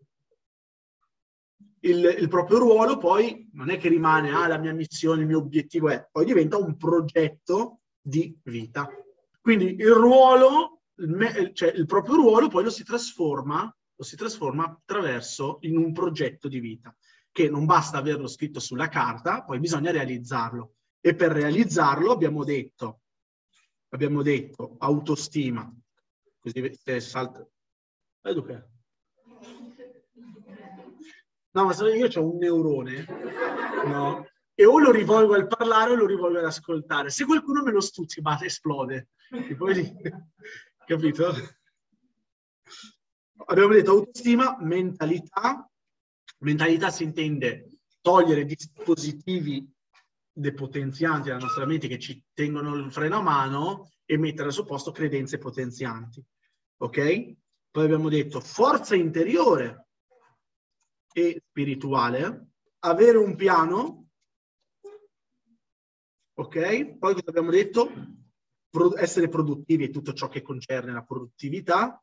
il proprio ruolo poi non è che rimane la mia missione, il mio obiettivo è, poi diventa un progetto di vita. Quindi il ruolo, cioè il proprio ruolo poi lo si trasforma attraverso in un progetto di vita, che non basta averlo scritto sulla carta, poi bisogna realizzarlo. E per realizzarlo abbiamo detto autostima, così se salta. No, ma io ho un neurone, no? E o lo rivolgo al parlare o lo rivolgo ad ascoltare. Se qualcuno me lo stuzzi, esplode. E poi, capito? Abbiamo detto autostima, mentalità. Mentalità si intende togliere dispositivi depotenzianti dalla nostra mente che ci tengono il freno a mano e mettere al suo posto credenze potenzianti. Ok? Poi abbiamo detto forza interiore e spirituale, avere un piano, ok? Poi cosa abbiamo detto? Essere produttivi e tutto ciò che concerne la produttività.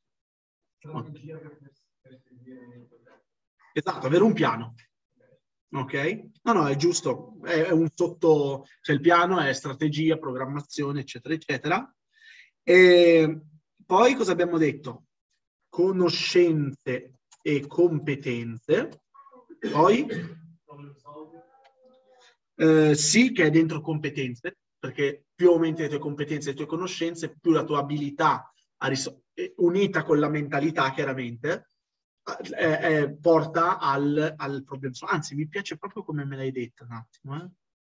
Esatto, avere un piano. Ok? No, è giusto, è un sotto, cioè il piano è strategia, programmazione, eccetera, eccetera. E poi cosa abbiamo detto? Conoscenze e competenze. Poi sì, che è dentro competenze, perché più aumenti le tue competenze e le tue conoscenze, più la tua abilità unita con la mentalità, chiaramente, porta al problem solving. Anzi, mi piace proprio come me l'hai detto un attimo.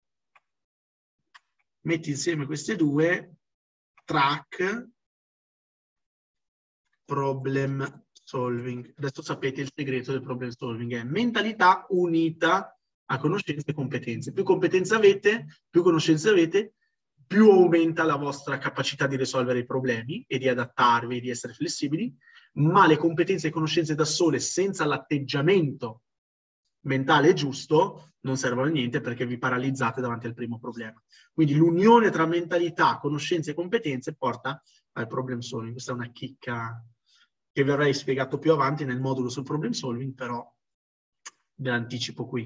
Metti insieme queste due, track, problem solving. Adesso sapete il segreto del problem solving, è mentalità unita a conoscenze e competenze. Più competenze avete, più conoscenze avete, più aumenta la vostra capacità di risolvere i problemi e di adattarvi, di essere flessibili, ma le competenze e conoscenze da sole, senza l'atteggiamento mentale giusto, non servono a niente perché vi paralizzate davanti al primo problema. Quindi l'unione tra mentalità, conoscenze e competenze porta al problem solving. Questa è una chicca che vi avrei spiegato più avanti nel modulo sul problem solving, però ve l'anticipo qui.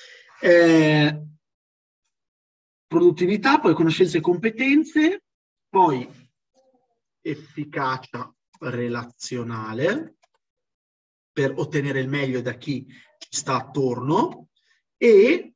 Produttività, poi conoscenze e competenze, poi efficacia relazionale per ottenere il meglio da chi ci sta attorno e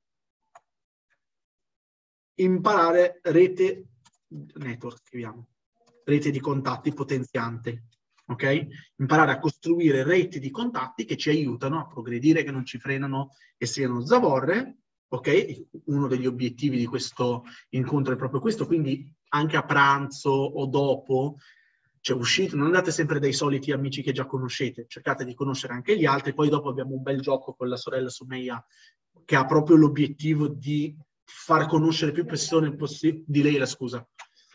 imparare rete network, scriviamo, rete di contatti potenziante, ok? Imparare a costruire reti di contatti che ci aiutano a progredire, che non ci frenano e siano zavorre, ok? Uno degli obiettivi di questo incontro è proprio questo, quindi anche a pranzo o dopo, cioè uscite, non andate sempre dai soliti amici che già conoscete, cercate di conoscere anche gli altri, poi dopo abbiamo un bel gioco con la sorella Sumeia che ha proprio l'obiettivo di far conoscere più persone possibile, di lei la scusa,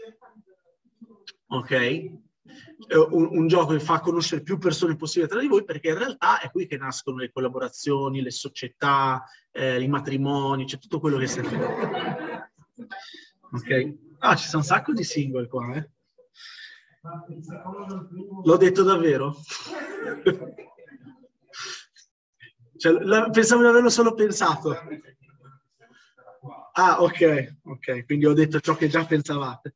ok? Un gioco che fa conoscere più persone possibile tra di voi, perché in realtà è qui che nascono le collaborazioni, le società, i matrimoni, c'è tutto quello che serve. Ok? Ah, ci sono un sacco di single qua, eh? L'ho detto davvero? Cioè, pensavo di averlo solo pensato. Ah, ok, quindi ho detto ciò che già pensavate.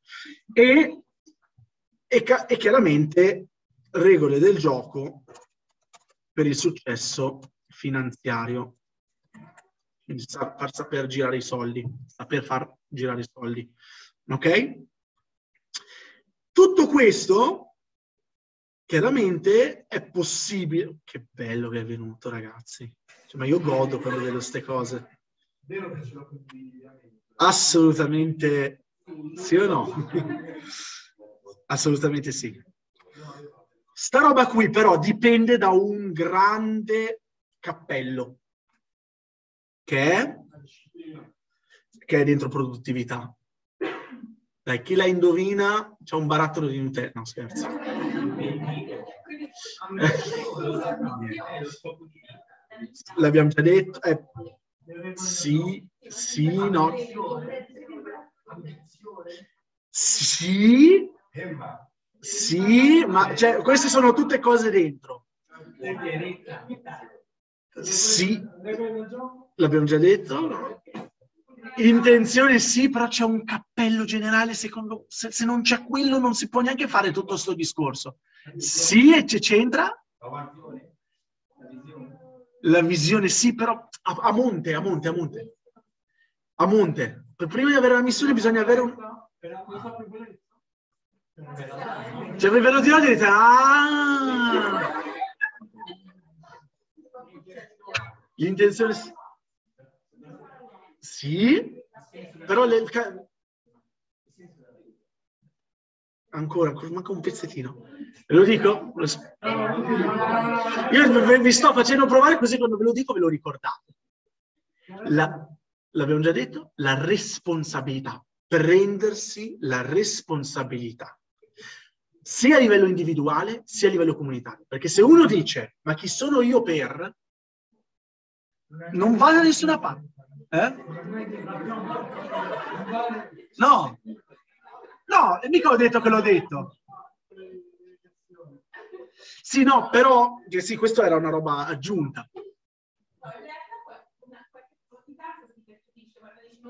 E chiaramente regole del gioco per il successo finanziario. Quindi far saper girare i soldi, saper far girare i soldi. Ok? Tutto questo chiaramente è possibile. Che bello che è venuto, ragazzi. Cioè, ma io godo quando vedo queste cose. Vero che ce l'ho condivisi? Assolutamente sì o no? Assolutamente sì. Sta roba qui però dipende da un grande cappello che è dentro produttività. Dai, chi la indovina c'è un barattolo di Nutella. No, scherzo. L'abbiamo già detto. Sì, no. Sì, ma cioè, queste sono tutte cose dentro. Sì, l'abbiamo già detto. Intenzione sì, però c'è un cappello generale, secondo se non c'è quello non si può neanche fare tutto sto discorso. Sì, e c'entra. La visione sì, però a monte. Prima di avere la missione bisogna avere un... Cioè, ve lo dirò, direte, l'intenzione sì, però ancora manca un pezzettino. Ve lo dico? Io vi sto facendo provare così quando ve lo dico ve lo ricordate. L'abbiamo già detto, la responsabilità, prendersi la responsabilità, sia a livello individuale sia a livello comunitario. Perché se uno dice, ma chi sono io per, non va da nessuna parte. No, mica ho detto che l'ho detto. Sì, no, però, sì, questo era una roba aggiunta.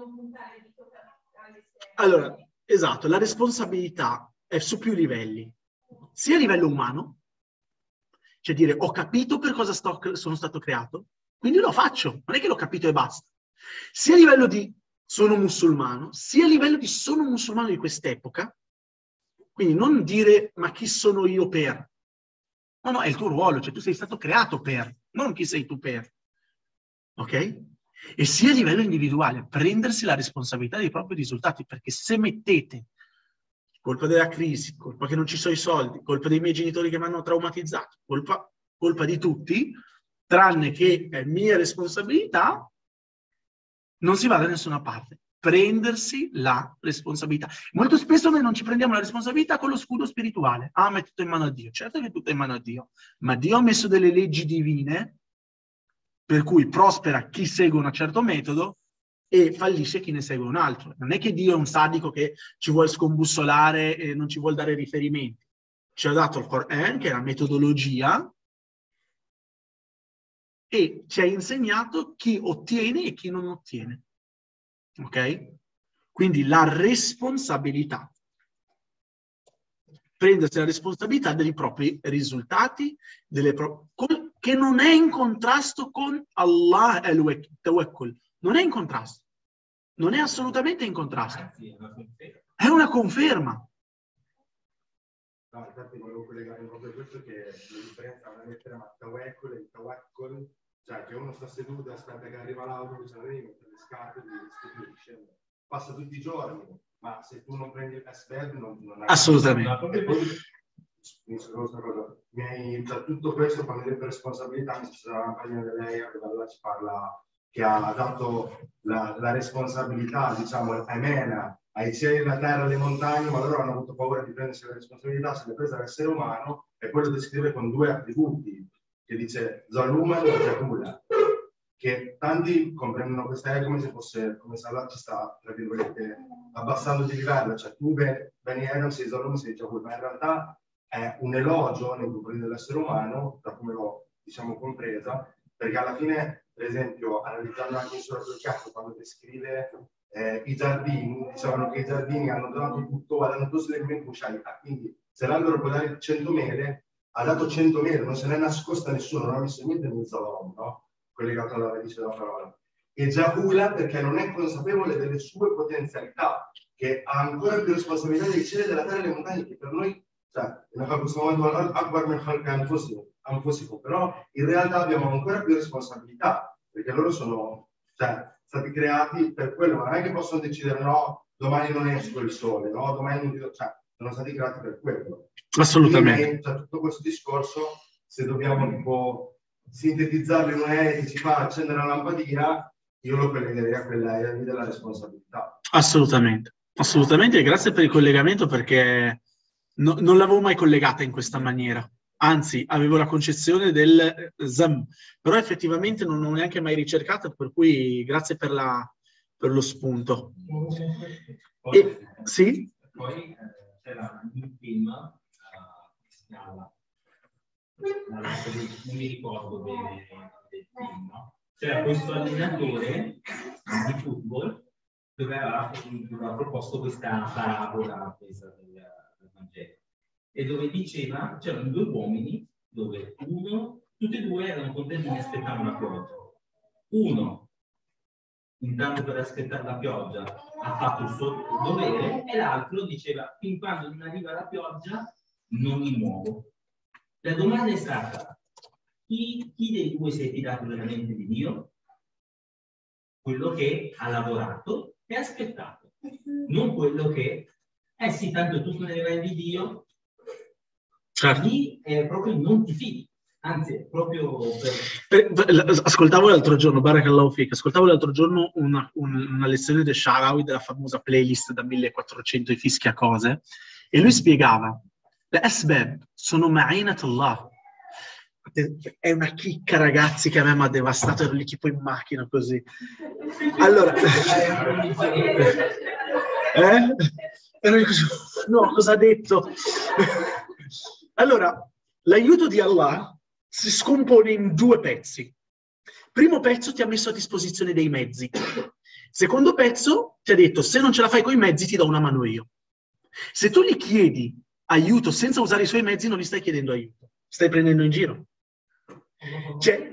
non puntare di all'esterno. Allora, esatto, la responsabilità è su più livelli, sia a livello umano, cioè dire ho capito per cosa sono stato creato, quindi lo faccio, non è che l'ho capito e basta, sia a livello di sono musulmano, sia a livello di sono musulmano di quest'epoca, quindi non dire ma chi sono io per, no, è il tuo ruolo, cioè tu sei stato creato per, non chi sei tu per, ok? E sia a livello individuale, prendersi la responsabilità dei propri risultati, perché se mettete colpa della crisi, colpa che non ci sono i soldi, colpa dei miei genitori che mi hanno traumatizzato, colpa di tutti, tranne che è mia responsabilità, non si va da nessuna parte. Prendersi la responsabilità. Molto spesso noi non ci prendiamo la responsabilità con lo scudo spirituale. Ah, ma è tutto in mano a Dio. Certo che è tutto in mano a Dio, ma Dio ha messo delle leggi divine per cui prospera chi segue un certo metodo e fallisce chi ne segue un altro. Non è che Dio è un sadico che ci vuole scombussolare e non ci vuole dare riferimenti. Ci ha dato il Coran, che è la metodologia, e ci ha insegnato chi ottiene e chi non ottiene. Ok? Quindi la responsabilità. Prendersi la responsabilità dei propri risultati, che non è in contrasto con Allah al-Tawakkul. Non è in contrasto. Non è assolutamente in contrasto. È una conferma. No, infatti volevo collegare proprio questo, che la differenza tra una lettera ma Tawakkul e il Tawakkul, cioè che uno sta seduto e aspetta che arriva l'autobus, arriva, mette le scarpe e gli restituisce. Passa tutti i giorni, ma se tu non prendi il SBEB non hai... Assolutamente. Cioè, tutto questo quando hai detto responsabilità, mi c'è una pagina dell'EIA che là ci parla, che ha dato la responsabilità, diciamo, a Mena, ai cieli, la terra, le montagne, ma loro hanno avuto paura di prendersi la responsabilità, se l'è presa l'essere umano, e poi lo descrive con due attributi, che dice Zaluman e Jahula, che tanti comprendono questa come se fosse, come se Allah ci sta, tra virgolette, abbassando di livello, cioè tu Beni Adam sei Zaluman, sei Jahula, ma in realtà è un elogio nei confronti dell'essere umano, da come l'ho, diciamo, compresa, perché alla fine, per esempio, analizzando anche in Sura al-Kahf, quando descrive i giardini, dicevano che i giardini hanno dato tutto, hanno tutto l'elemento muscialità, quindi se l'albero può dare 100 mele, ha dato 100 mele, non se ne è nascosta nessuno, non ha messo niente nel salone, no? Collegato alla radice della parola. E Jahula perché non è consapevole delle sue potenzialità, che ha ancora più responsabilità dei cieli, della terra e delle montagne, che per noi, cioè, in questo momento Akbar Anfosico, però in realtà abbiamo ancora più responsabilità, perché loro sono, cioè, stati creati per quello, ma non è che possono decidere no, domani non esco il sole, no, domani non, cioè, sono stati creati per quello. Assolutamente. Quindi, cioè, tutto questo discorso, se dobbiamo tipo sintetizzarlo in un'idea che ci fa accendere la lampadina, io lo collegherei a quella della responsabilità. Assolutamente, assolutamente, e grazie per il collegamento, perché non l'avevo mai collegata in questa maniera. Anzi, avevo la concezione del ZAM, però effettivamente non l'ho neanche mai ricercata, per cui grazie per lo spunto. Sì? Poi c'era un film che si chiama, non mi ricordo bene del film, no? C'era questo allenatore di football dove aveva proposto questa parabola presa dal Vangelo, e dove diceva, c'erano due uomini dove tutti e due erano contenti di aspettare una pioggia. Uno, intanto per aspettare la pioggia, ha fatto il suo dovere, e l'altro diceva, fin quando non arriva la pioggia non mi muovo. La domanda è stata, chi dei due si è fidato veramente di Dio? Quello che ha lavorato e ha aspettato, non quello che, sì, tanto tu te ne vai di Dio. Certo. Lì proprio non ti fidi, anzi, proprio ascoltavo l'altro giorno, Barakallahu Fik, ascoltavo l'altro giorno una lezione del Sharawi, della famosa playlist da 1400 i fischi a cose, e lui spiegava, le asbab sono ma'inat Allah. È una chicca, ragazzi, che a me mi ha devastato, ero lì tipo in macchina così. Allora, ero lì così, no, cosa ha detto? Allora, l'aiuto di Allah si scompone in due pezzi. Primo pezzo, ti ha messo a disposizione dei mezzi. Secondo pezzo ti ha detto, se non ce la fai coi mezzi ti do una mano io. Se tu gli chiedi aiuto senza usare i suoi mezzi, non gli stai chiedendo aiuto, stai prendendo in giro. Cioè,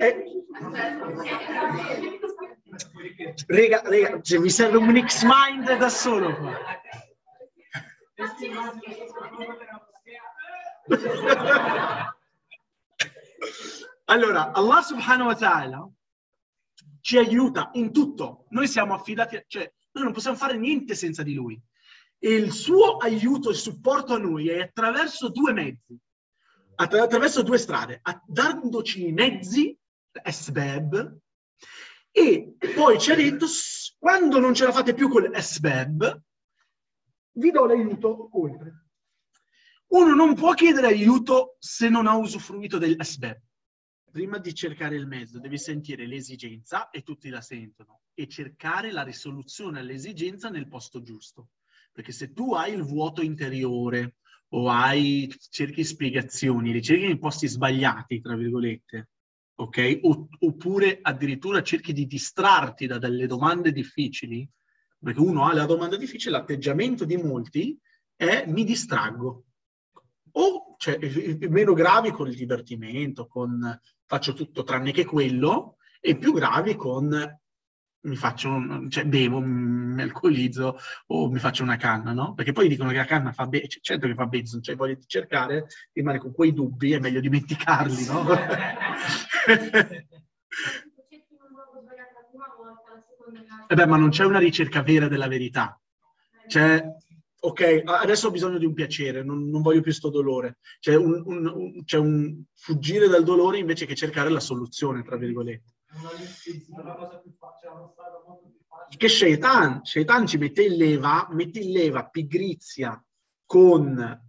Rega, cioè, mi serve un X-Mind da solo qua. Allora, Allah subhanahu wa ta'ala ci aiuta in tutto. Noi siamo affidati, cioè, noi non possiamo fare niente senza di Lui. E il suo aiuto e supporto a noi è attraverso due mezzi, attraverso due strade, dandoci i mezzi, l'asbab, e poi ci ha detto, quando non ce la fate più con l'asbab, vi do l'aiuto oltre. Uno non può chiedere aiuto se non ha usufruito dell'asbab. Prima di cercare il mezzo devi sentire l'esigenza, e tutti la sentono, e cercare la risoluzione all'esigenza nel posto giusto. Perché se tu hai il vuoto interiore o cerchi spiegazioni, le cerchi in posti sbagliati, tra virgolette, ok? Oppure addirittura cerchi di distrarti da delle domande difficili, perché uno ha la domanda difficile, l'atteggiamento di molti è mi distraggo. O cioè, meno gravi con il divertimento, con faccio tutto tranne che quello, e più gravi con mi faccio, cioè bevo, mi alcolizzo o mi faccio una canna, no? Perché poi dicono che la canna fa bene, certo che fa bene, se non c'hai voglia di cercare, rimane con quei dubbi, è meglio dimenticarli, no? Ma non c'è una ricerca vera della verità. C'è, ok, adesso ho bisogno di un piacere, non voglio più sto dolore. C'è un fuggire dal dolore invece che cercare la soluzione, tra virgolette. Una cosa più facile, una strada molto più facile. Che Shaitan ci mette in leva pigrizia con...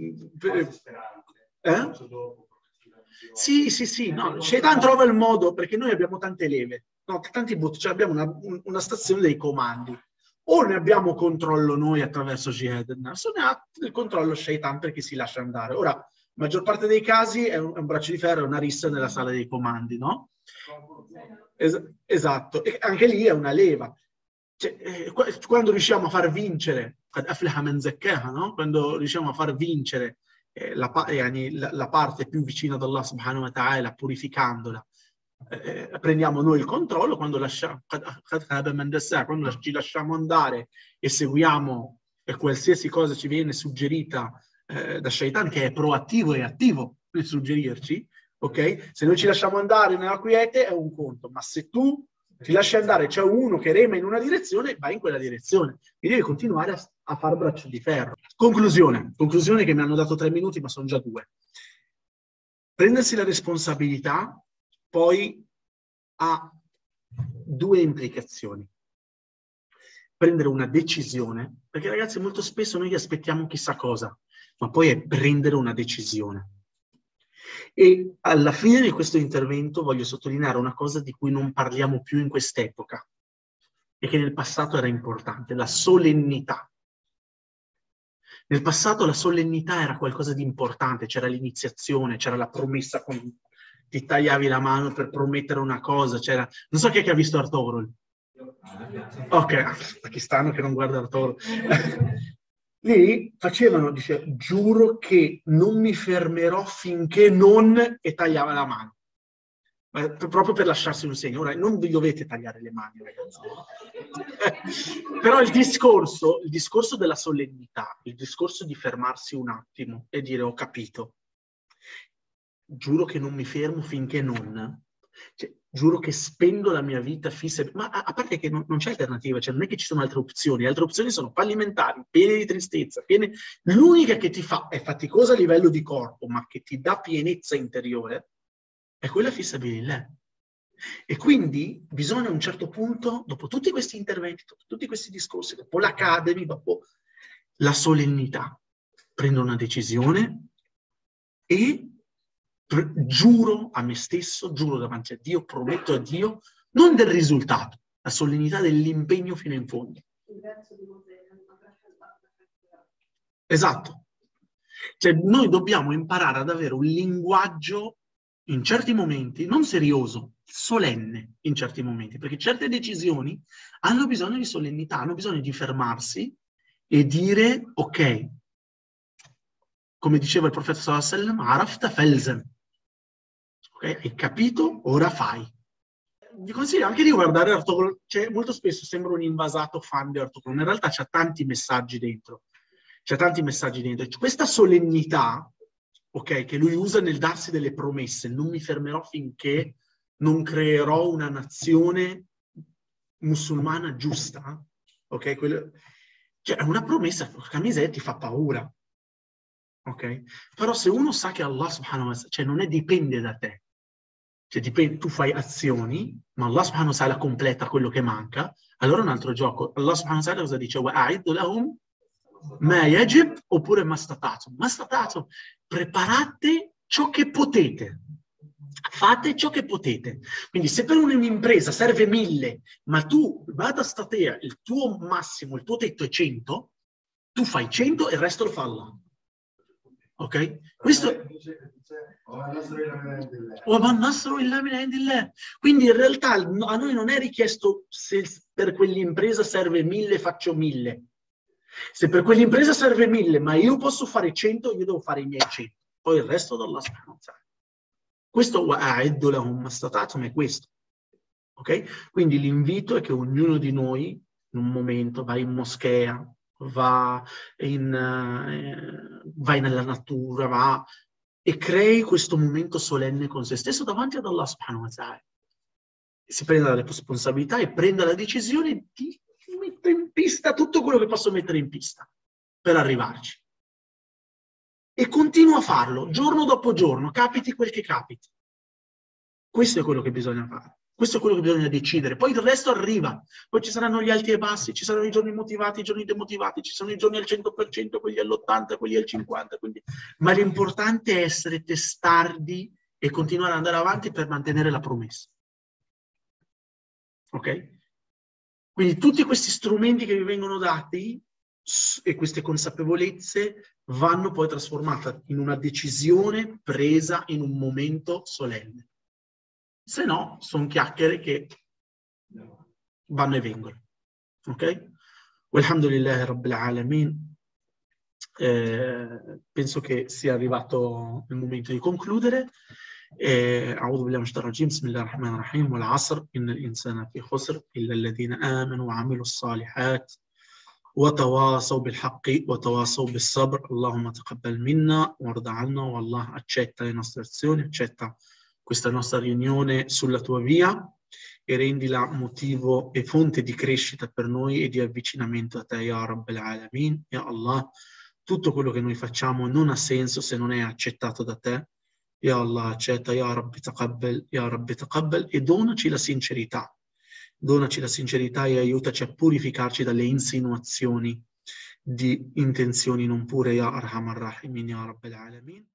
Sì, no, Shaitan trova il modo, perché noi abbiamo tante leve, no, tanti boot, cioè abbiamo una stazione dei comandi. O ne abbiamo controllo noi attraverso Jihad al-Nafs, o ne ha il controllo Shaitan perché si lascia andare. Ora, la maggior parte dei casi è un braccio di ferro, è una rissa nella sala dei comandi, no? Esatto, e anche lì è una leva. Cioè, quando riusciamo a far vincere, no? Quando riusciamo a far vincere la parte più vicina ad Allah subhanahu wa ta'ala, purificandola, prendiamo noi il controllo. Quando ci lasciamo andare e seguiamo qualsiasi cosa ci viene suggerita da Shaitan, che è proattivo e attivo nel suggerirci, ok? Se noi ci lasciamo andare nella quiete è un conto, ma se tu ti lasci andare, c'è uno che rema in una direzione, vai in quella direzione e devi continuare a far braccio di ferro. Conclusione che mi hanno dato 3 minuti, ma sono già 2. Prendersi la responsabilità poi ha 2 implicazioni. Prendere una decisione, perché ragazzi molto spesso noi aspettiamo chissà cosa, ma poi è prendere una decisione. E alla fine di questo intervento voglio sottolineare una cosa di cui non parliamo più in quest'epoca e che nel passato era importante, la solennità. Nel passato la solennità era qualcosa di importante, c'era l'iniziazione, c'era la promessa, ti tagliavi la mano per promettere una cosa, c'era... Non so chi è che ha visto Arturo. Ok, pakistano che non guarda Arturo. Lì facevano, dice, giuro che non mi fermerò finché non, e tagliava la mano. Proprio per lasciarsi un segno. Ora, non vi dovete tagliare le mani, ragazzi. Però il discorso della solennità, il discorso di fermarsi un attimo e dire ho capito, giuro che non mi fermo finché non... Cioè, giuro che spendo la mia vita fissa, ma a parte che non c'è alternativa, cioè non è che ci sono altre opzioni, le altre opzioni sono fallimentari, piene di tristezza, l'unica che ti fa, è faticosa a livello di corpo, ma che ti dà pienezza interiore, è quella fissa billah. E quindi bisogna a un certo punto, dopo tutti questi interventi, dopo tutti questi discorsi, dopo l'Academy, dopo la solennità, prendo una decisione e giuro a me stesso, giuro davanti a Dio, prometto a Dio, non del risultato, la solennità dell'impegno fino in fondo. Esatto. Cioè, noi dobbiamo imparare ad avere un linguaggio in certi momenti, non serioso, solenne in certi momenti, perché certe decisioni hanno bisogno di solennità, hanno bisogno di fermarsi e dire, ok, come diceva il profeta sallallahu alaihi wasallam, arafta felzem, ok, hai capito, ora fai. Vi consiglio anche di guardare l'articolo, cioè, molto spesso sembra un invasato fan di articolo, in realtà c'ha tanti messaggi dentro, questa solennità, ok, che lui usa nel darsi delle promesse, non mi fermerò finché non creerò una nazione musulmana giusta, ok? Cioè è una promessa, porca miseria, ti fa paura, ok? Però se uno sa che Allah subhanahu wa ta'ala, cioè non dipende da te, cioè dipende, tu fai azioni, ma Allah subhanahu wa ta'ala completa quello che manca, allora è un altro gioco. Allah subhanahu wa ta'ala cosa dice? وَأَعِدُّ لَهُمْ مَا يَجِبْ oppure مَا اسْتَطَعْتُمْ. Ma statato, preparate ciò che potete. Fate ciò che potete. Quindi se per un'impresa serve 1000, ma tu vada statea, il tuo massimo, il tuo tetto è 100, tu fai 100 e il resto lo fa Allah. Ok? Questo... Quindi in realtà a noi non è richiesto se per quell'impresa serve 1000, faccio 1000. Se per quell'impresa serve 1000, ma io posso fare 100, io devo fare i miei 100. Poi il resto dalla speranza. Questo è questo. Ok? Quindi l'invito è che ognuno di noi in un momento va in moschea, va nella natura, e crei questo momento solenne con se stesso davanti ad Allah subhanahu wa ta'ala. Si prenda la responsabilità e prenda la decisione di mettere in pista tutto quello che posso mettere in pista per arrivarci. E continua a farlo, giorno dopo giorno, capiti quel che capiti. Questo è quello che bisogna fare. Questo è quello che bisogna decidere. Poi il resto arriva. Poi ci saranno gli alti e bassi, ci saranno i giorni motivati, i giorni demotivati, ci sono i giorni al 100%, quelli all'80%, quelli al 50%. Quindi... Ma l'importante è essere testardi e continuare ad andare avanti per mantenere la promessa. Ok? Quindi tutti questi strumenti che vi vengono dati e queste consapevolezze vanno poi trasformate in una decisione presa in un momento solenne. Se no, sono chiacchiere che vanno e vengono. Ok? Walhamdulillahi Rabbil Alamin. Penso che sia arrivato il momento di concludere. أعوذ بالله من الشيطان الرجيم بسم الله الرحمن الرحيم والعصر إن الإنسان في خسر إلا الذين آمنوا وعملوا الصالحات وتواصوا بالحق وتواصوا بالصبر اللهم تقبل منا وارض عنا والله accetta le nostre azioni, accetta questa nostra riunione sulla tua via e rendila motivo e fonte di crescita per noi e di avvicinamento a te, Ya Rabbil Alamin, Ya Allah. Tutto quello che noi facciamo non ha senso se non è accettato da te. Ya Allah, accetta, Ya Rabbi taqabbal, e donaci la sincerità. Donaci la sincerità e aiutaci a purificarci dalle insinuazioni di intenzioni non pure, Ya Arhamar Rahimin, Ya Rabbil Alamin.